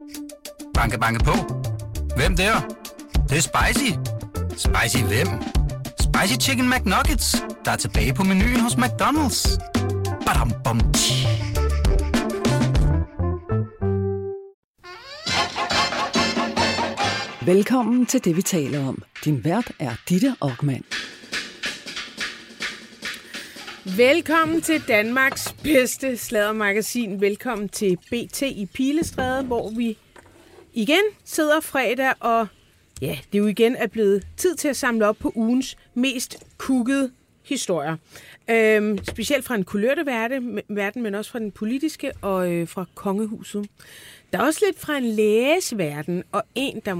Banke, banke på. Hvem der? Det er spicy. Spicy hvem? Spicy Chicken McNuggets, der er tilbage på menuen hos McDonald's. Badum, bom, tji. Velkommen til det, vi taler om. Din vært er Ditte Okman. Velkommen til Danmarks bedste sladdermagasin. Velkommen til BT i Pilestræde, hvor vi igen sidder fredag, og ja, det er jo igen er blevet tid til at samle op på ugens mest kuggede historier. Specielt fra en kulørte verden, men også fra den politiske og fra kongehuset. Der er også lidt fra en læges verden, og en, der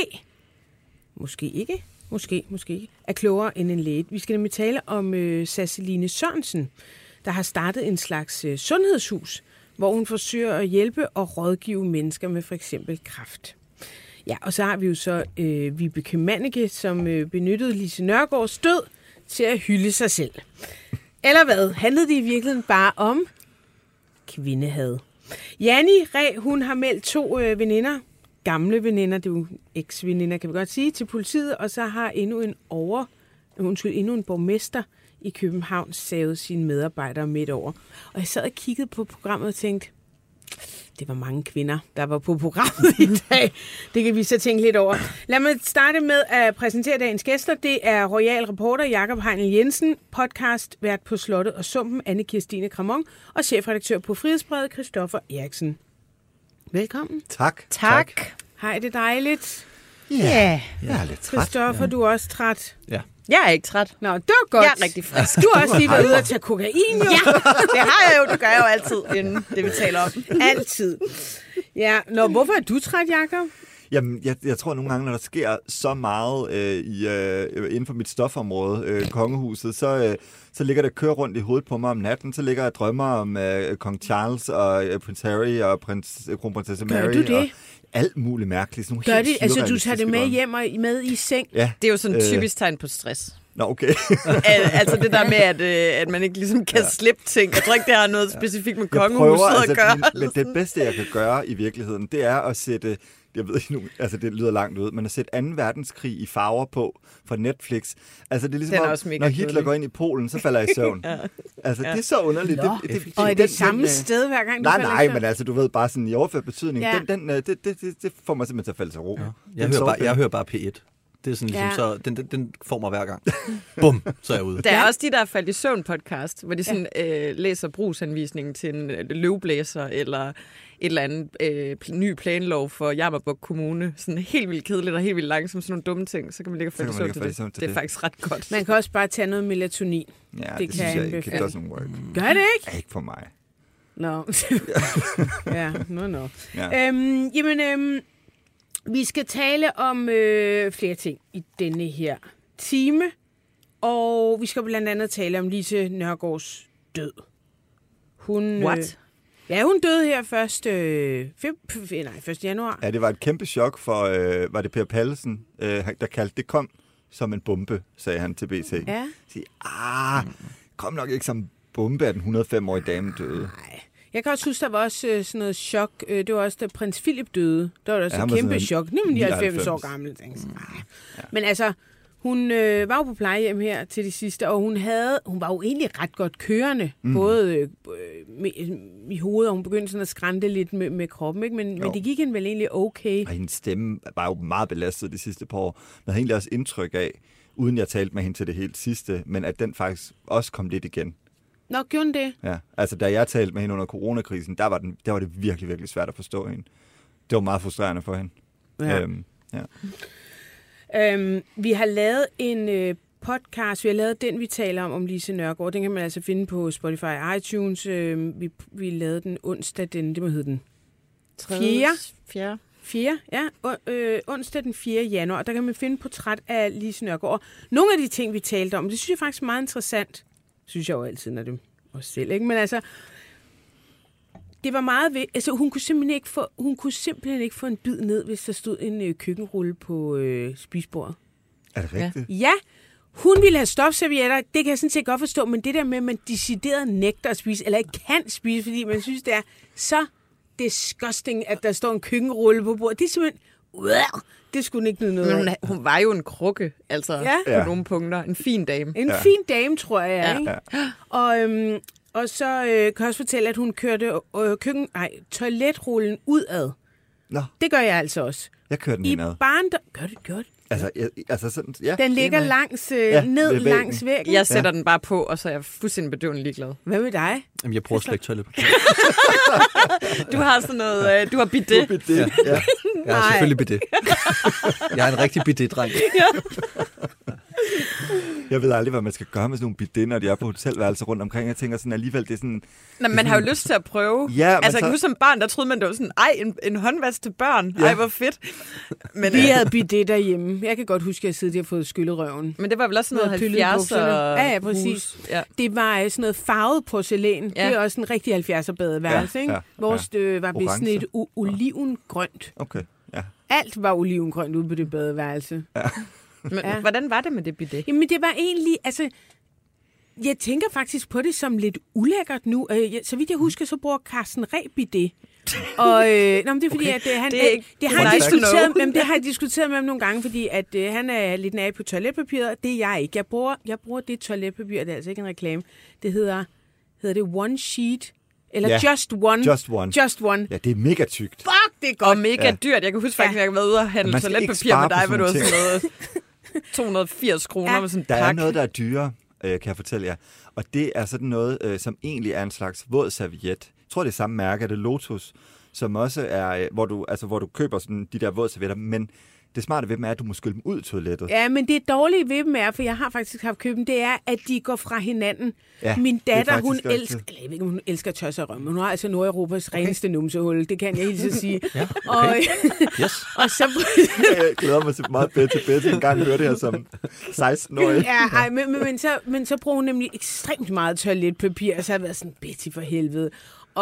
måske ikke, er klogere end en læge. Vi skal nemlig tale om Sasseline Sørensen, der har startet en slags sundhedshus, hvor hun forsøger at hjælpe og rådgive mennesker med for eksempel kræft. Ja, og så har vi jo så Vibeke Mannicke, som benyttede Lise Nørgaards død til at hylde sig selv. Eller hvad? Handlede det i virkeligheden bare om kvindehad? Janni Ræ, hun har meldt 2 veninder, gamle veninder, det er jo eks-veninder, kan vi godt sige, til politiet, og så har endnu en borgmester i København savet sine medarbejdere midt over. Og jeg sad og kiggede på programmet og tænkte, det var mange kvinder, der var på programmet i dag. Det kan vi så tænke lidt over. Lad mig starte med at præsentere dagens gæster. Det er royal reporter Jakob Heinel Jensen, podcast vært på Slottet og Sumpen, Anne Kirstine Kramon, og chefredaktør på Frihedsbrevet, Christoffer Eriksen. Velkommen. Tak. Hej, det er dejligt. Ja, jeg er lidt træt. Christoffer, du er også træt. Ja. Jeg er ikke træt. Nå, det var godt. Jeg er rigtig frisk. Du har også lige været ude og tage kokain, jo. Ja, det har jeg jo. Det gør jeg jo altid, inden det vi taler om. Altid. Ja, hvorfor er du træt, Jakob? Jamen, jeg tror nogle gange, når der sker så meget inden for mit stofområde, kongehuset, så ligger det kører rundt i hovedet på mig om natten. Så ligger jeg og drømmer om kong Charles og prins Harry og kronprinsesse Mary. Gør du det? Og alt muligt mærkeligt. Sådan Gør det? Altså, du tager det med hjem og med i seng? Ja. Det er jo sådan et typisk tegn på stress. Nå, okay. Altså det der med, at man ikke ligesom kan slippe ting. Jeg tror ikke, det har noget specifikt med kongehuset at gøre. Men det bedste, jeg kan gøre i virkeligheden, det er at sætte... Jeg ved ikke nu, altså det lyder langt ud, men at sætte 2. verdenskrig i farver på fra Netflix. Altså det er ligesom, når Hitler går ind i Polen, så falder jeg i søvn. Altså det er så underligt. Og er det samme sted hver gang, du falder i søvn? Nej, men altså du ved bare sådan i overført betydning. Ja. Det får mig simpelthen til at falde til ro. Ja. Jeg hører bare P1. Det er sådan ligesom, så den får mig hver gang. Bum, så er jeg ude. Der er også de, der er faldt i søvn podcast, hvor de sådan læser brugsanvisningen til en løvblæser, eller et eller andet ny planlov for Jammerbugt Kommune. Sådan helt vildt kedeligt og helt vildt langsomt, sådan nogle dumme ting, så kan man ligge og falde i søvn til det. Det er faktisk ret godt. Man kan også bare tage noget melatonin. Ja, det synes jeg ikke. It doesn't work. Gør det ikke? Ikke for mig. Nå. Ja. Vi skal tale om flere ting i denne her time, og vi skal blandt andet tale om Lise Nørgaards død. What? Hun døde her 1. januar. Ja, det var et kæmpe chok for, var det Per Pallesen, der kaldte det kom som en bombe, sagde han til BT. Ja. Kom nok ikke som en bombe, at den 105-årige dame døde. Nej. Jeg kan også huske, der var også sådan noget chok. Det var også, da prins Philip døde. Der var der også et kæmpe chok. Nu er 99 år gammel. Men altså, hun var jo på plejehjem her til det sidste, og hun var jo egentlig ret godt kørende. Både i hovedet, og hun begyndte sådan at skrante lidt med kroppen. Ikke? Men det gik hende vel egentlig okay. Og hendes stemme var jo meget belastet de sidste par år. Man havde egentlig også indtryk af, uden jeg talte med hende til det helt sidste, men at den faktisk også kom lidt igen. Nå, gjorde det? Ja, altså da jeg talte med hende under coronakrisen, der var det virkelig, virkelig svært at forstå hende. Det var meget frustrerende for hende. Ja. Vi har lavet en podcast, vi har lavet den, vi taler om Lise Nørgaard. Den kan man altså finde på Spotify og iTunes. Vi lavede den onsdag, det må hedde den 4. Ja, onsdag den 4. januar. Der kan man finde portræt af Lise Nørgaard. Nogle af de ting, vi talte om, det synes jeg faktisk er meget interessant. Synes jeg jo altid, når det også selv, ikke? Men altså, det var meget altså, hun kunne simpelthen ikke få en bid ned, hvis der stod en køkkenrulle på spisebordet. Er det rigtigt? Ja, hun ville have stofservietter, det kan jeg sådan set godt forstå, men det der med, at man decideret nægter at spise, eller ikke kan spise, fordi man synes, det er så disgusting, at der står en køkkenrulle på bordet. Det er simpelthen... Det skulle hun ikke nyde noget Men af. hun var jo en krukke, altså på nogle punkter. En fin dame. En fin dame, tror jeg. Ikke? Ja. Og så kan jeg også fortælle, at hun kørte toiletrullen udad. Nå. Det gør jeg altså også. Jeg kører den I indad. barndom... Gør det. Altså sådan, ja. Den ligger langs, ned langs væggen. Jeg sætter den bare på, og så er jeg fuldstændig bedøvende ligeglad. Hvad med dig? Jamen, jeg bruger slet ikke toiletpapir. Du har sådan noget... Du har bidet. Ja. Jeg har selvfølgelig bidet. Jeg er en rigtig bidet-dreng. Jeg ved aldrig, hvad man skal gøre med sådan nogle bidet, når de er på hotelværelser rundt omkring. Jeg tænker sådan alligevel, det er sådan... Nå, man har jo lyst til at prøve. Ja, altså, jeg kan huske som barn, der troede man, det var sådan, en håndvask til børn. Ej, hvor fedt. Men, Vi havde bidet derhjemme. Jeg kan godt huske, at jeg sidder der og fået skyllerøven. men det var vel også sådan noget 70'er. Ja, præcis. Ja. Det var sådan noget farvet porcelæn. Ja. Det er også en rigtig 70'er badeværelse, ikke? Vores var vist sådan et olivengrønt. Okay, ja. Alt var olivengrønt ude på det badeværelse. Men hvordan var det med det bidet? Jamen, det var egentlig, altså... Jeg tænker faktisk på det som lidt ulækkert nu. Så vidt jeg husker, så bruger Carsten Reh bidet. Og men det er fordi, at han... Det har jeg diskuteret med ham nogle gange, fordi at han er lidt nær på toiletpapiret. Det er jeg ikke. Jeg bruger det toiletpapir, det er altså ikke en reklame. Det hedder det One Sheet? Eller Just One. Just One. Ja, det er mega tykt. Fuck, det er godt. Og mega dyrt. Jeg kan huske faktisk, at jeg har været ude og handle toiletpapir med dig, hvor du var sådan noget 280 kroner med sådan en Der pakke. er noget, der er dyrere, kan jeg fortælle jer. Og det er sådan noget, som egentlig er en slags våd serviet. Jeg tror, det er samme mærke, det er Lotus, som også er, hvor du køber sådan de der våde servietter, men det smarte ved dem er, at du må skylle dem ud i toilettet. Ja, men det dårlige ved dem er, for jeg har faktisk haft købt dem, det er, at de går fra hinanden. Ja, min datter, hun elsker, jeg ved ikke, om hun elsker tøs og rømme, men hun har altså Nordeuropas reneste numsehul, det kan jeg helt så sige. Ja, okay. Og så... Jeg glæder mig til meget bedre en gang høre det her som 16-årig. Ja, men så bruger hun nemlig ekstremt meget toiletpapir, og så har jeg været sådan, Betty for helvede.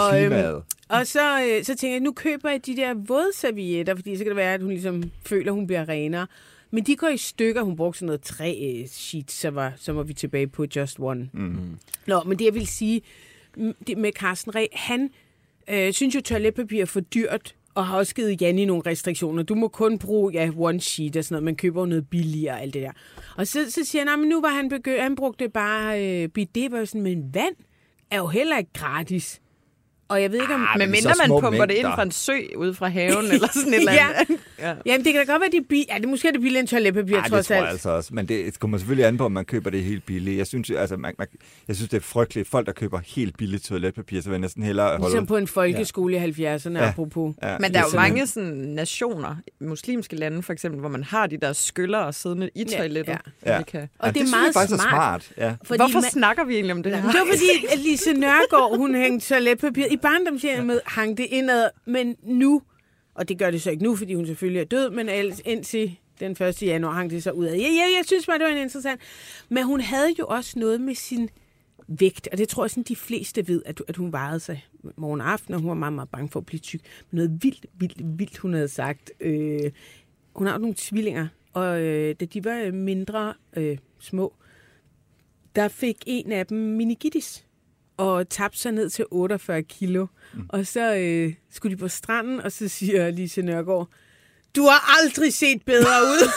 Og så tænker jeg, nu køber jeg de der vådservietter, fordi så kan det være, at hun ligesom føler, at hun bliver renere. Men de går i stykker. Hun brugte sådan noget 3 sheets, så var vi tilbage på Just One. Mm. Nå, men det jeg vil sige med Carsten Reh, han synes jo, toiletpapir er for dyrt, og har også givet Janni nogle restriktioner. Du må kun bruge one sheet og sådan noget. Man køber noget billigere og alt det der. Og så siger han, men nu var han brugte bare bidet, var sådan, men vand er jo heller ikke gratis. Og jeg ved ikke om... Men mindre man pumper det ind fra en sø ude fra haven, eller sådan et eller andet. Jamen, det kan da godt være, det er måske er det billigere end toiletpapir, trods alt. Det tror jeg altså også. Men det kommer selvfølgelig an på, om man køber det helt billigt. Jeg synes, jeg synes det er frygteligt. Folk, der køber helt billigt toiletpapir, så vil jeg næsten hellere holde... Ligesom på en folkeskole i 70'erne, apropos. Ja, men der er jo mange sådan nationer, muslimske lande for eksempel, hvor man har de der skyller siddende i toilettet. Ja. Og det er meget faktisk smart. Ja. Hvorfor snakker vi egentlig om det her? Det var fordi, at Lise Nørgaard, hun hængte toiletpapir i barndomshjemmet, hang det indad, men nu, og det gør det så ikke nu, fordi hun selvfølgelig er død, men indtil den 1. januar hang det så ud af. Jeg synes bare, det var interessant. Men hun havde jo også noget med sin vægt, og det tror jeg sådan, de fleste ved, at hun vejede sig morgen og aften, og hun var meget, meget bange for at blive tyk. Men noget vildt, hun havde sagt. Hun har nogle tvillinger, og da de var mindre små, der fik en af dem meningitis og tabte sig ned til 48 kilo. Og så skulle de på stranden, og så siger Lise Nørgaard, du har aldrig set bedre ud.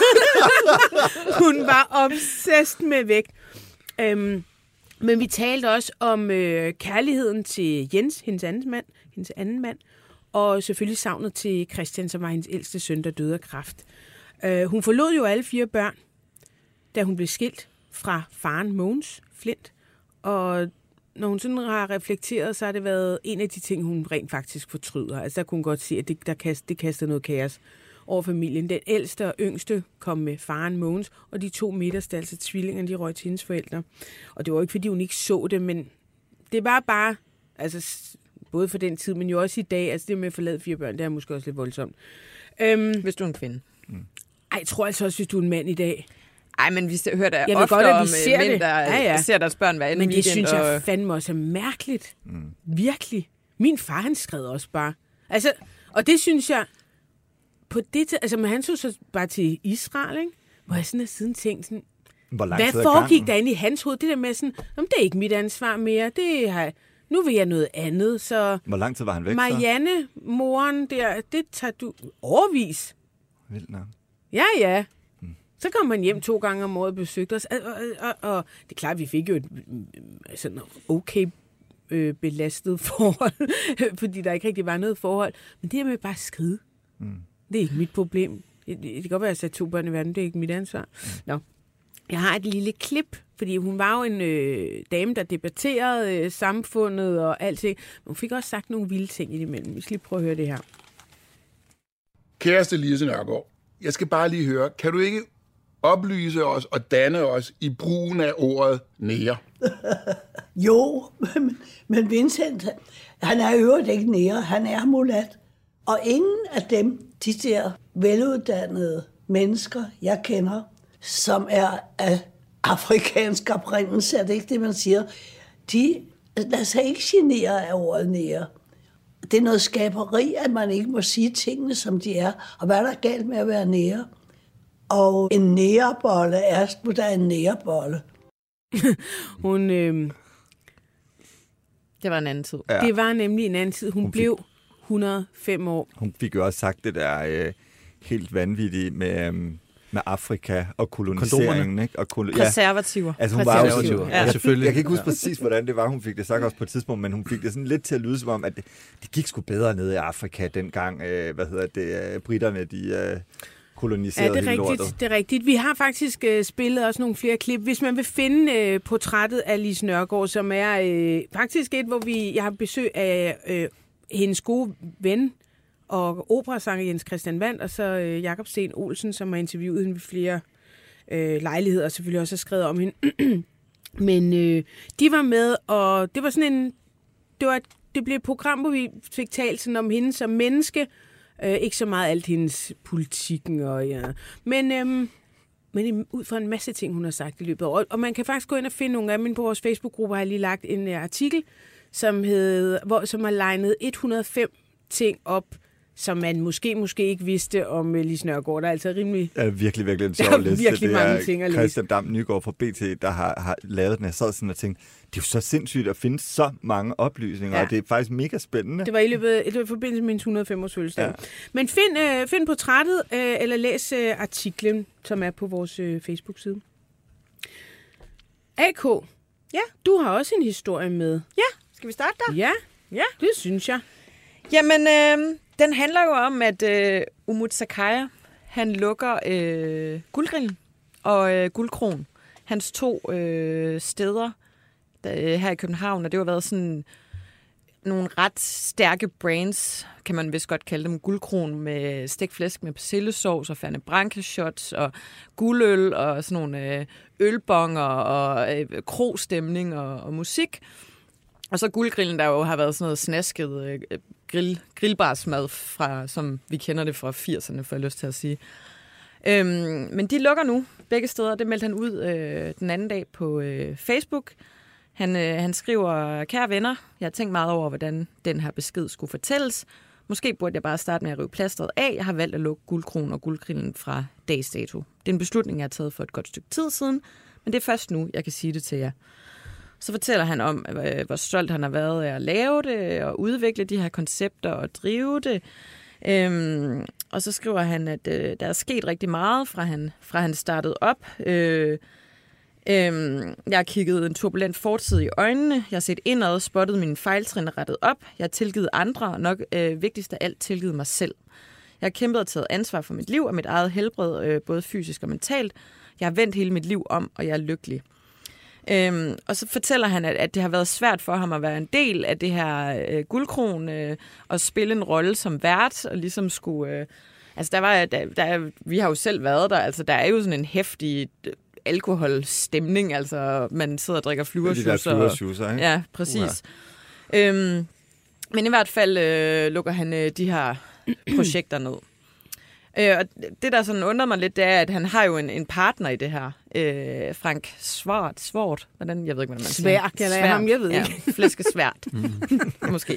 Hun var obsessed med vægt. Men vi talte også om kærligheden til Jens, hendes anden mand, og selvfølgelig savnet til Christian, som var hendes ældste søn, der døde af kræft. Hun forlod jo alle 4 børn, da hun blev skilt fra faren Mogens Flint, og når hun sådan har reflekteret, så har det været en af de ting, hun rent faktisk fortryder. Altså der kunne hun godt se, at det kastede noget kaos over familien. Den ældste og yngste kom med faren Mogens, og de 2 midterste, altså tvillingerne, de røg til hendes forældre. Og det var ikke, fordi hun ikke så det, men det var bare, altså både for den tid, men jo også i dag, altså det med at forlade 4 børn, det er måske også lidt voldsomt. Hvis du er en kvinde. Ej, jeg tror altså også, hvis du er en mand i dag. Ej, men vi hører da ofte godt, om mænd, der ser deres børn hver anden weekend. Men det synes jeg og... fandme også er mærkeligt. Virkelig. Min far, han skrev også bare. Altså, og det synes jeg, på det altså, men han så bare til Israel, ikke? Hvor jeg sådan har siden tænkt sådan, hvad foregik der inde i hans hoved? Det der med sådan, det er ikke mit ansvar mere. nu vil jeg noget andet. Så Hvor lang tid var han væk Marianne, moren der, det tager du overvis. Vildt nok. Ja. Så kom man hjem 2 gange om året og besøgte os. Og det er klart, vi fik jo et sådan okay belastet forhold, fordi der ikke rigtig var noget forhold. Men det her med bare at skride, det er ikke mit problem. Det kan godt være, at jeg satte 2 børn i verden, det er ikke mit ansvar. Nå. Jeg har et lille klip, fordi hun var jo en dame, der debatterede samfundet og alting. Men hun fik også sagt nogle vilde ting indimellem. Vi skal lige prøve at høre det her. Kæreste Lise Nørgaard, jeg skal bare lige høre, kan du ikke oplyse os og danne os i brugen af ordet nære? Jo, men Vincent, han er i øvrigt ikke nære, han er mulat. Og ingen af dem, de der veluddannede mennesker, jeg kender, som er af afrikansk oprindelse, er det ikke det, man siger, de lader sig ikke genere af ordet nære. Det er noget skaberi, at man ikke må sige tingene, som de er. Og hvad er der galt med at være nære? Og en nærebolle er sgu da en nærebolle. Det var en anden tid. Ja. Det var nemlig en anden tid. Hun blev 105 år. Hun fik jo også sagt det der helt vanvittige med Afrika og koloniseringen. Ikke? Og konservativer. Altså hun var jo selvfølgelig. Jeg kan ikke huske præcis, hvordan det var, hun fik det sagt også på et tidspunkt, men hun fik det sådan lidt til at lyde som om, at det gik sgu bedre nede i Afrika dengang, britterne, de koloniserede hele lortet. Det er rigtigt. Vi har faktisk spillet også nogle flere klip. Hvis man vil finde portrættet af Lise Nørgaard, som er faktisk et, hvor jeg har besøg af hendes gode ven, og operasanger Jens Christian Wandt, og så Jakob Sten Olsen, som har interviewet hende ved flere lejligheder, og selvfølgelig også har skrevet om hende. Men de var med, og det var sådan det blev et program, hvor vi fik talt sådan om hende som menneske, ikke så meget alt hendes politikken, men ud fra en masse ting, hun har sagt i løbet af året. Og man kan faktisk gå ind og finde nogle af dem. På vores Facebook-gruppe har jeg lige lagt en artikel, som har legnet 105 ting op, som man måske ikke vidste om Lise Nørgaard. Der er altså rimelig... Det er virkelig en sjov liste. Virkelig mange ting at læse. Christian Dam Nygaard fra BT, der har lavet den. Jeg sad sådan og tænkte, det er jo så sindssygt at finde så mange oplysninger, og det er faktisk mega spændende. Det var i forbindelse med min 105-års fødselsdag. Ja. Men find portrættet, eller læs artiklen, som er på vores Facebook-side. AK, du har også en historie med. Ja, skal vi starte der? Ja, det synes jeg. Jamen, den handler jo om, at Umut Sakai, han lukker Guldgrillen og Guldkron. Hans 2 steder her i København, og det har været sådan nogle ret stærke brands, kan man vist godt kalde dem. Guldkron med stegt flæsk med persillesauce og Fernet Branca shots og guldøl og sådan nogle ølbonger og krostemning og musik. Og så Guldgrillen, der jo har været sådan noget snasket grillbarsmad fra, som vi kender det fra 80'erne, får jeg lyst til at sige. Men de lukker nu begge steder. Det meldte han ud den anden dag på Facebook. Han skriver, kære venner, jeg har tænkt meget over, hvordan den her besked skulle fortælles. Måske burde jeg bare starte med at rive plasteret af. Jeg har valgt at lukke Guldkron og Guldgrillen fra dags dato. Det er en beslutning, jeg har taget for et godt stykke tid siden, men det er først nu, jeg kan sige det til jer. Så fortæller han om, hvor stolt han har været af at lave det, og udvikle de her koncepter og drive det. Og så skriver han, at der er sket rigtig meget, fra han startede op. Jeg har kigget en turbulent fortid i øjnene. Jeg har set indad, spottet mine fejltrin rettet op. Jeg har tilgivet andre, og nok vigtigst af alt tilgivet mig selv. Jeg har kæmpet og taget ansvar for mit liv og mit eget helbred, både fysisk og mentalt. Jeg har vendt hele mit liv om, og jeg er lykkelig. Og så fortæller han, at det har været svært for ham at være en del af det her Guldkron og spille en rolle som vært, og ligesom skulle... vi har jo selv været der, altså der er jo sådan en heftig alkoholstemning, altså man sidder og drikker flyverschusser. Ikke? Ja, præcis. Ja. Men i hvert fald lukker han de her projekter ned. Og det, der sådan undrer mig lidt, det er, at han har jo en partner i det her. Frank Svart. Hvordan? Jeg ved ikke, hvordan man siger. Svær, kalder jeg ham, jeg ved ikke. Ja, flæskesvært. Måske.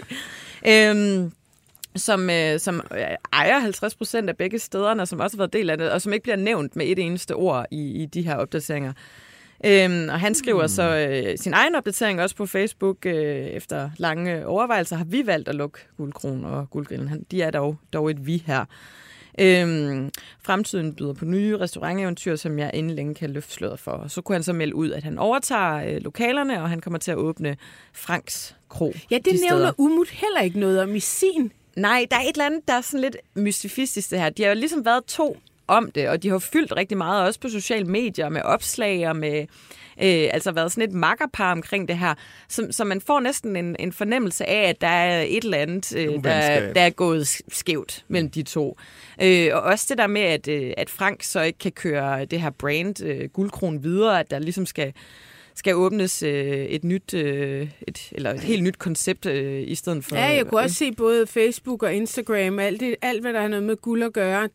Som ejer 50% af begge stederne, og som også har været del af det, og som ikke bliver nævnt med et eneste ord i de her opdateringer. Og han skriver så sin egen opdatering også på Facebook. Efter lange overvejelser har vi valgt at lukke Guldkronen og Guldgrillen. De er dog et vi her. Fremtiden byder på nye restauranteventyr, som jeg inden længe kan løfte sløret for. Og så kunne han så melde ud, at han overtager lokalerne, og han kommer til at åbne Franks Kro. Ja, det nævner Umut heller ikke noget om i sin. Nej, der er et eller andet, der er sådan lidt mystifistisk det her. De har jo ligesom været 2 om det, og de har fyldt rigtig meget, også på sociale medier, med opslag og med altså været sådan et makkerpar omkring det her, så man får næsten en fornemmelse af, at der er et eller andet, der er gået skævt mellem de 2. Og også det der med, at Frank så ikke kan køre det her brand Guldkronen videre, at der ligesom skal åbnes et helt nyt koncept i stedet for... Ja, jeg kunne også se både Facebook og Instagram, alt hvad der har noget med guld at gøre,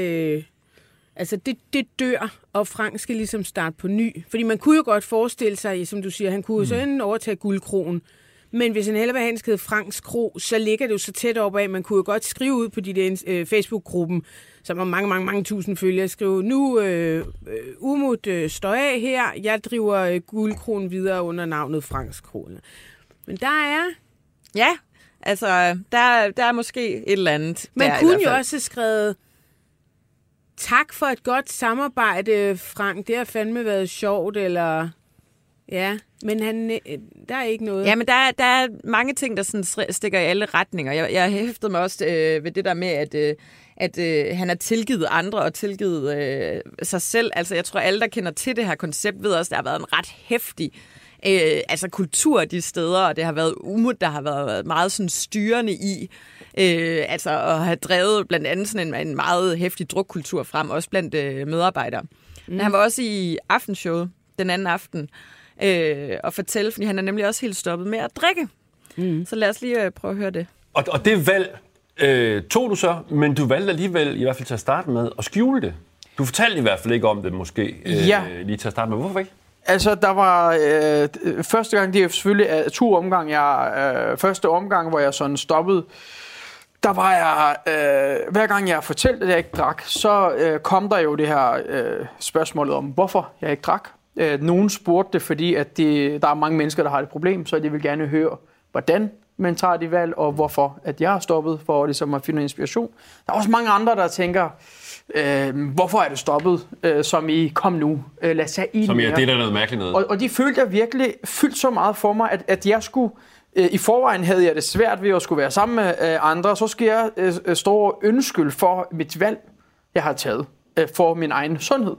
det dør, og Frank skal ligesom starte på ny. Fordi man kunne jo godt forestille sig, som du siger, han kunne jo så enten overtage Guldkronen, men hvis han heller vil have en Franks Kro, så ligger det jo så tæt op af, man kunne jo godt skrive ud på de der Facebook-gruppen, som har mange tusind følgere, skrive, nu Umut står af her, jeg driver Guldkronen videre under navnet Franks Kro. Men der er... Ja, altså, der er måske et eller andet. Man kunne jo også have skrevet, tak for et godt samarbejde, Frank, det har fandme været sjovt, eller... Ja, men der er ikke noget. Ja, men der er mange ting, der sådan stikker i alle retninger. Jeg hæftede mig også ved det der med, at han har tilgivet andre og tilgivet sig selv. Altså, jeg tror, alle, der kender til det her koncept, ved også, at der har været en ret heftig kultur de steder, og det har været Umut, der har været meget sådan styrende i, at have drevet blandt andet sådan en meget heftig drukkultur frem, også blandt medarbejdere. Men han var også i aftenshowet den anden aften, og fortælle, fordi han er nemlig også helt stoppet med at drikke. Så lad os lige prøve at høre det. Og det valg tog du så, men du valgte alligevel, i hvert fald til at starte med, at skjule det. Du fortalte i hvert fald ikke om det, måske, lige til at starte med. Hvorfor ikke? Altså, der var første gang, det er selvfølgelig 2 omgange. Første omgang, hvor jeg sådan stoppede, der var jeg, hver gang jeg fortalte, at jeg ikke drak, så kom der jo det her spørgsmålet om, hvorfor jeg ikke drak. Nogen spurgte det, fordi at der er mange mennesker, der har et problem, så de vil gerne høre, hvordan man tager de valg, og hvorfor at jeg har stoppet, for ligesom at finde inspiration. Der er også mange andre, der tænker, hvorfor er du stoppet, som I kom nu, lad os tage i som det er noget mærkeligt noget. Og de følte jeg virkelig fyldt så meget for mig, at jeg skulle, i forvejen havde jeg det svært ved at skulle være sammen med andre, så skal jeg stå og undskylde for mit valg, jeg har taget, for min egen sundhed.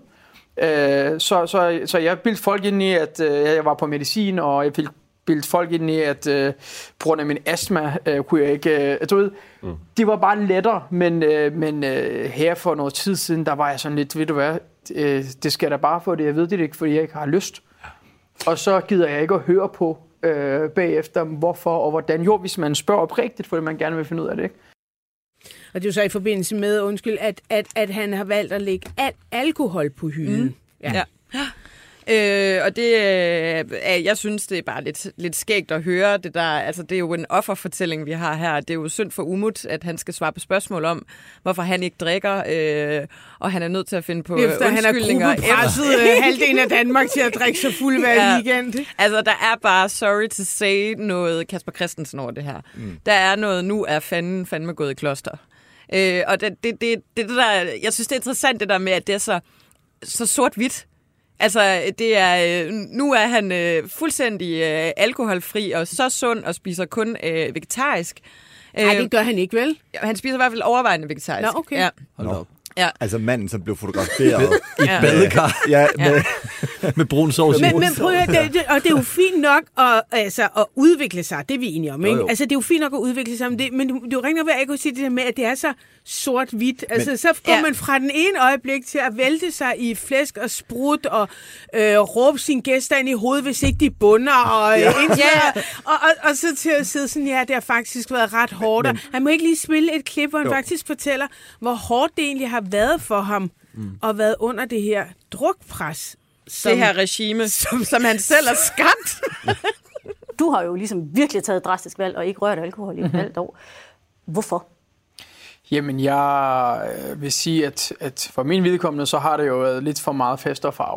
Så jeg bildte folk ind i, at jeg var på medicin, og jeg bildte folk ind i, at på grund af min astma kunne jeg ikke... Det var bare lettere, men her for noget tid siden, der var jeg sådan lidt, ved du hvad, det skal jeg da bare få det, jeg ved det ikke, fordi jeg ikke har lyst. Og så gider jeg ikke at høre på bagefter, hvorfor og hvordan. Jo, hvis man spørger oprigtigt, fordi man gerne vil finde ud af det, ikke? Og det er jo så i forbindelse med, at han har valgt at lægge alkohol på hylden. Ja. Og det, jeg synes, det er bare lidt skægt at høre det der. Altså, det er jo en offerfortælling, vi har her. Det er jo synd for Umut, at han skal svare på spørgsmål om, hvorfor han ikke drikker, og han er nødt til at finde på undskyldninger. Han har presset halvdelen af Danmark til at drikke så fuld hver weekend. Altså, der er bare, sorry to say, noget Kasper Christensen over det her. Der er noget, nu er fandme gået i kloster. Og det der, jeg synes, det er interessant det der med, at det er så sort-hvidt. Altså, det er, nu er han fuldstændig alkoholfri og så sund og spiser kun vegetarisk. Nej, det gør han ikke, vel? Han spiser i hvert fald overvejende vegetarisk. Nå, okay. Ja. Hold op. Ja. Altså manden, som blev fotograferet i et badekar med brun sovs. Men prøv at høre, og det er jo fint nok at udvikle sig, det er vi enige om, ikke? Jo. Altså det er jo fint nok at udvikle sig, men det er jo rigtig nok, at jeg kunne sige det der med, at det er så sort-hvidt. Altså så går man fra den ene øjeblik til at vælte sig i flæsk og sprut og råbe sine gæster ind i hovedet, hvis ikke de bunder, og så til at sidde sådan, det har faktisk været ret hårdt. Han må ikke lige spille et klip, hvor han faktisk fortæller, hvor hårdt det egentlig har været for ham og været under det her drukpres. Det her regime, som han selv har skabt. Du har jo ligesom virkelig taget et drastisk valg og ikke rørt alkohol i et halvt år. Hvorfor? Jamen, jeg vil sige, at for min vedkommende, så har det jo været lidt for meget fest og farver.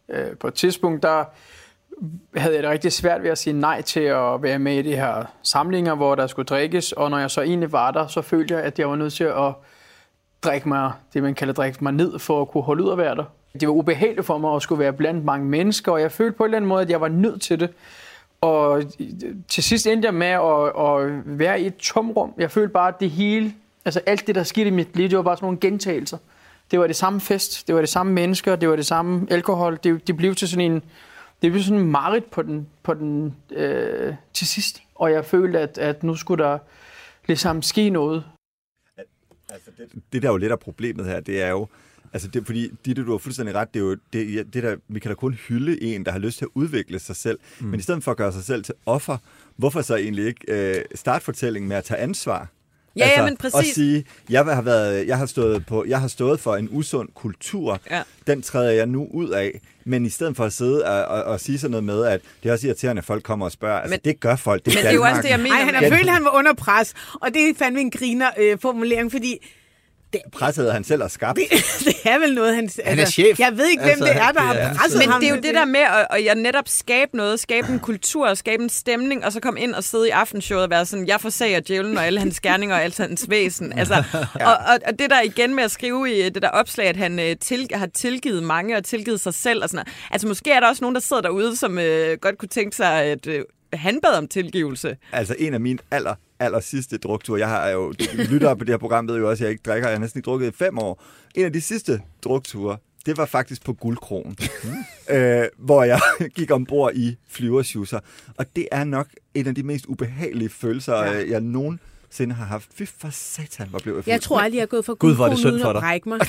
På et tidspunkt, der havde jeg det rigtig svært ved at sige nej til at være med i de her samlinger, hvor der skulle drikkes, og når jeg så egentlig var der, så følte jeg, at jeg var nødt til at drikke mig ned for at kunne holde ud at være der. Det var ubehageligt for mig at skulle være blandt mange mennesker, og jeg følte på en eller anden måde, at jeg var nødt til det. Og til sidst endte jeg med at være i et tomrum. Jeg følte bare, at det hele, altså alt det, der skete i mit liv, det var bare sådan nogle gentagelser. Det var det samme fest, det var det samme mennesker, det var det samme alkohol. Det blev til sådan en mareridt på den til sidst. Og jeg følte, at nu skulle der ligesom ske noget. Altså det der er jo lidt af problemet her, det er jo, altså det, fordi du har fuldstændig ret, det er jo det der, vi kan da kun hylde en, der har lyst til at udvikle sig selv, men i stedet for at gøre sig selv til offer, hvorfor så egentlig ikke starte fortællingen med at tage ansvar? Ja, men præcis. Og sige, jeg har stået for en usund kultur, den træder jeg nu ud af, men i stedet for at sidde og sige sådan noget med, at det er også irriterende, at folk kommer og spørger, altså det gør folk, det er men det er jo også det, jeg mener. Han har følt, at han var under pres, og det er fandme en griner-formulering, fordi presset han selv har skabt. Det er vel noget, han er chef. Jeg ved ikke, hvem det er, der har presset ham. Men det er jo det der med at netop skabe noget, skabe en kultur, skabe en stemning, og så komme ind og sidde i aftenshowet og være sådan, jeg forsager djævlen og alle hans gerninger og alt hans væsen. Altså, og det der igen med at skrive i det der opslag, at han har tilgivet mange og tilgivet sig selv og sådan noget. Altså måske er der også nogen, der sidder derude, som godt kunne tænke sig, at han bad om tilgivelse. Altså en af mine aller sidste drukture. Jeg har jo lyttere på det her program, ved jo også, at jeg ikke drikker. Jeg har næsten ikke drukket i 5 år. En af de sidste drukture, det var faktisk på Guldkroen, hvor jeg gik ombord i flyverschusser. Og det er nok en af de mest ubehagelige følelser, jeg nogensinde har haft. Fy for satan, hvor blev jeg fuld. Jeg tror aldrig, jeg er gået for Guldkroen uden at brække mig.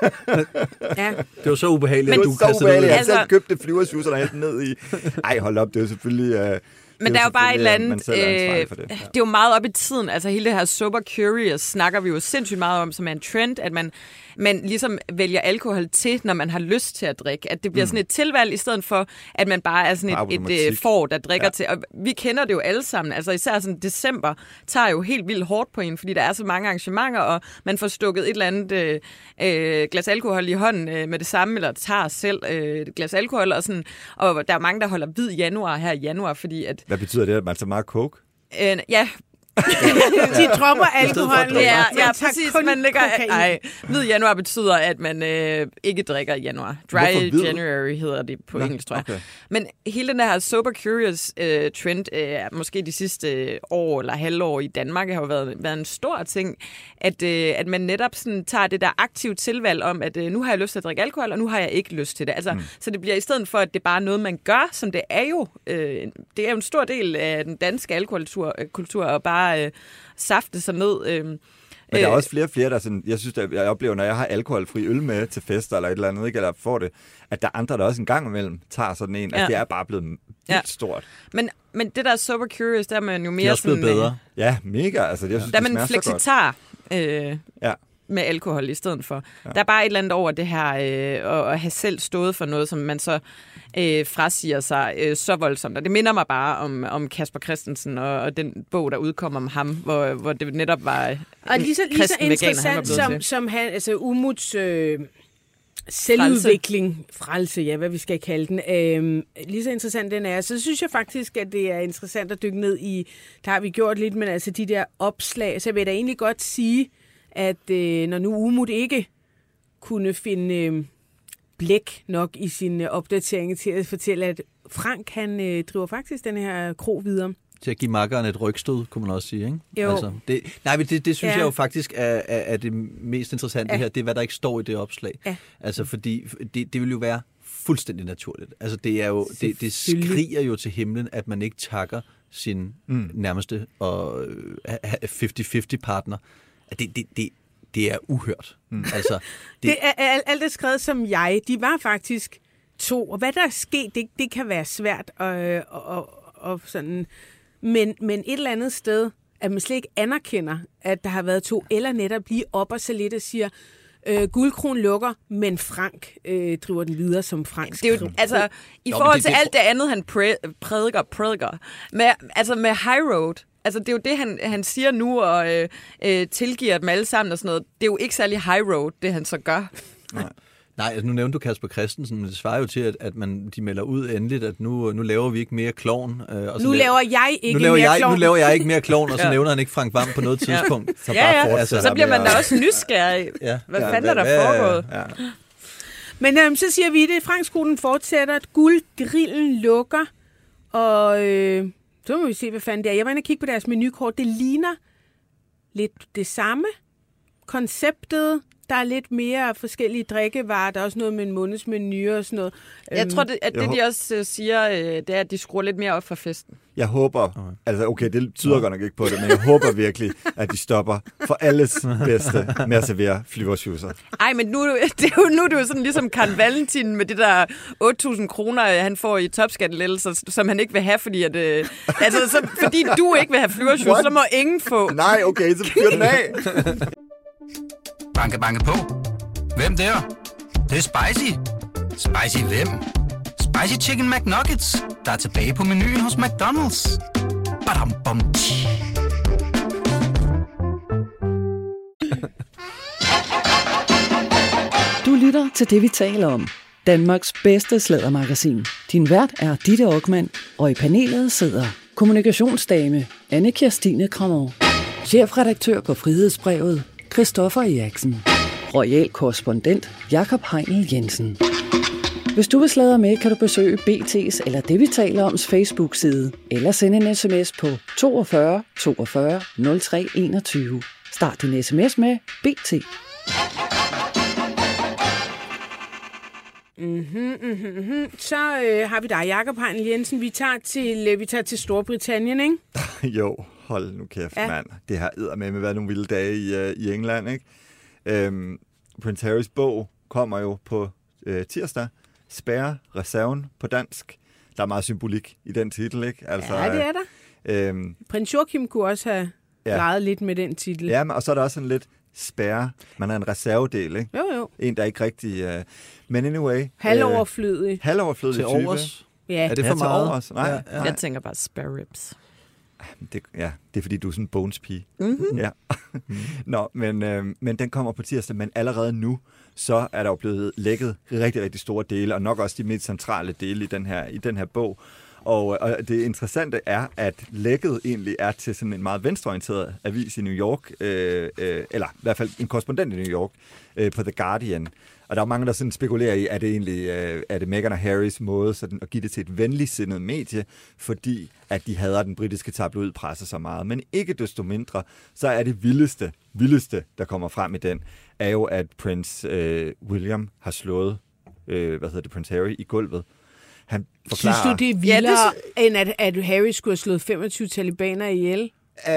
Ja. Det var så ubehageligt, at du kastede det ud. Jeg selv købte flyverschusser, og hældte ned i. Ej, hold op, det er jo selvfølgelig... Men der er jo bare et eller andet, det er jo meget op i tiden, altså hele det her sober curious snakker vi jo sindssygt meget om, som er en trend, at man ligesom vælger alkohol til, når man har lyst til at drikke. At det bliver sådan et tilvalg, i stedet for, at man bare er sådan et får, der drikker til. Og vi kender det jo alle sammen, altså især sådan december tager jo helt vildt hårdt på en, fordi der er så mange arrangementer, og man får stukket et eller andet glas alkohol i hånden med det samme, eller tager selv et glas alkohol, og sådan. Og der er mange, der holder hvid januar her i januar, fordi at... Hvad betyder det, at man tager meget coke? Ja, de dropper alkohol. Ja, præcis. Man ligger, hvid januar betyder, at man ikke drikker i januar. Dry January hedder det på engelsk, tror jeg. Okay. Men hele den her sober curious trend, måske de sidste år eller halvår i Danmark, har jo været en stor ting, at man netop sådan tager det der aktive tilvalg om, at nu har jeg lyst til at drikke alkohol, og nu har jeg ikke lyst til det. Altså, så det bliver i stedet for, at det er bare noget, man gør, som det er jo. Det er jo en stor del af den danske alkoholkultur, og bare safte sig ned. Men der er også flere, der sådan, jeg synes, jeg oplever, når jeg har alkoholfri øl med til fester eller et eller andet, ikke, eller får det, at der er andre, der også en gang imellem tager sådan en, at det er bare blevet vildt stort. Men det der sober curious, der er man jo mere de er også sådan... bedre. Ja, mega. Altså, jeg synes, der er man flexitar med alkohol i stedet for. Ja. Der er bare et eller andet over det her at have selv stået for noget, som man så frasiger sig så voldsomt. Og det minder mig bare om Kasper Christensen og den bog, der udkom om ham, hvor det netop var og lige så interessant som han, altså Umuts selvudvikling, frelse, hvad vi skal kalde den, lige så interessant den er, så synes jeg faktisk, at det er interessant at dykke ned i, der har vi gjort lidt, men altså de der opslag, så jeg vil da egentlig godt sige, at når nu Umut ikke kunne finde blæk nok i sine opdateringer til at fortælle, at Frank, han driver faktisk den her kro videre. Til at give makkeren et rygstød, kunne man også sige, ikke? Jo. Altså, det synes jeg jo faktisk er det mest interessante her, det er, hvad der ikke står i det opslag. Ja. Altså, fordi det vil jo være fuldstændig naturligt. Altså, det er jo, det skriger jo til himlen, at man ikke takker sin nærmeste og 50-50 partner. Det er uhørt. Altså, det er alt det skrevet som jeg. De var faktisk 2. Og hvad der er sket, det kan være svært og sådan. Men et eller andet sted, at man slet ikke anerkender, at der har været 2, eller netop lige op og så lidt og siger, Guldkroen lukker, men Frank driver den videre som Franks. Det er jo, altså, i forhold til alt det andet, han prædiker med High Road. Altså, det er jo det, han siger nu, og tilgiver dem alle sammen og sådan noget. Det er jo ikke særlig high road, det han så gør. Nej. Nej, altså nu nævnte du Kasper Christensen, men det svarer jo til, at de melder ud endeligt, at nu laver vi ikke mere klovn. Nu laver jeg ikke mere klovn, og så nævner han ikke Frank Hvam på noget tidspunkt. Så, så bliver man da også nysgerrig. Hvad fanden er der foregået? Ja. Men så siger vi det. Frankskolen fortsætter. Guldgrillen lukker. Og så må vi se, hvad fanden det er. Jeg var inde og kigge på deres menukort. Det ligner lidt det samme. Konceptet. Der er lidt mere forskellige drikkevarer. Der er også noget med en månedsmenu og sådan noget. Jeg tror, at det de også siger, det er, at de skruer lidt mere op for festen. Jeg håber, altså okay, det tyder godt nok ikke på det, men jeg håber virkelig, at de stopper for alles bedste med at servere flyvershusser. Ej, men nu er du sådan ligesom Karl Valentin med det der 8.000 kroner, han får i topskattelettelser, som han ikke vil have, fordi fordi du ikke vil have flyvershusser, så må ingen få. Nej, okay, så fyr den af. Banke, banke på. Hvem der? Det er spicy. Spicy hvem? Spicy Chicken McNuggets, der er tilbage på menuen hos McDonald's. Badum, bom, Du lytter til det, vi taler om. Danmarks bedste sladdermagasin. Din vært er Ditte Okman, og i panelet sidder kommunikationsdame Anne Kirstine Krammer, chefredaktør på Frihedsbrevet Christoffer Eriksen, royal korrespondent Jakob Heinel Jensen. Hvis du vil sladre med, kan du besøge BT's eller det, vi taler oms Facebook-side, eller sende en sms på 42 42 03 21. Start din sms med BT. Så har vi dig, Jakob Heinel Jensen. Vi tager til Storbritannien, ikke? Jo, hold nu kæft, mand. Det har eddermame været nogle vilde dage i England, ikke? Prince Harrys bog kommer jo på tirsdag. Spærre reserven på dansk. Der er meget symbolik i den titel, ikke? Altså, ja, det er der. Prins Joachim kunne også have leget lidt med den titel. Ja, og så er der også sådan lidt spærre. Man er en reservedel, ikke? Jo. En, der ikke rigtig... Men anyway... Halvoverflødig. Halvoverflødig til type. Overs. Ja. Er det for meget? Nej. Jeg tænker bare spare ribs. Det er fordi, du er sådan en bones-pige. Mm-hmm. Ja. Nå, men den kommer på tirsdag, men allerede nu, så er der jo blevet lækket rigtig, rigtig store dele, og nok også de mest centrale dele i den her bog. Og det interessante er, at lækket egentlig er til sådan en meget venstreorienteret avis i New York, eller i hvert fald en korrespondent i New York, på The Guardian. Og der er mange, der sådan spekulerer i, er det Meghan og Harrys måde sådan at give det til et venligsindet medie, fordi at de hader den britiske tabloidpresse så meget. Men ikke desto mindre, så er det vildeste, der kommer frem i den, er jo, at Prince William har slået, Prince Harry i gulvet. Han forklarer... Synes du, det er vildere, end at Harry skulle have slået 25 talibaner ihjel?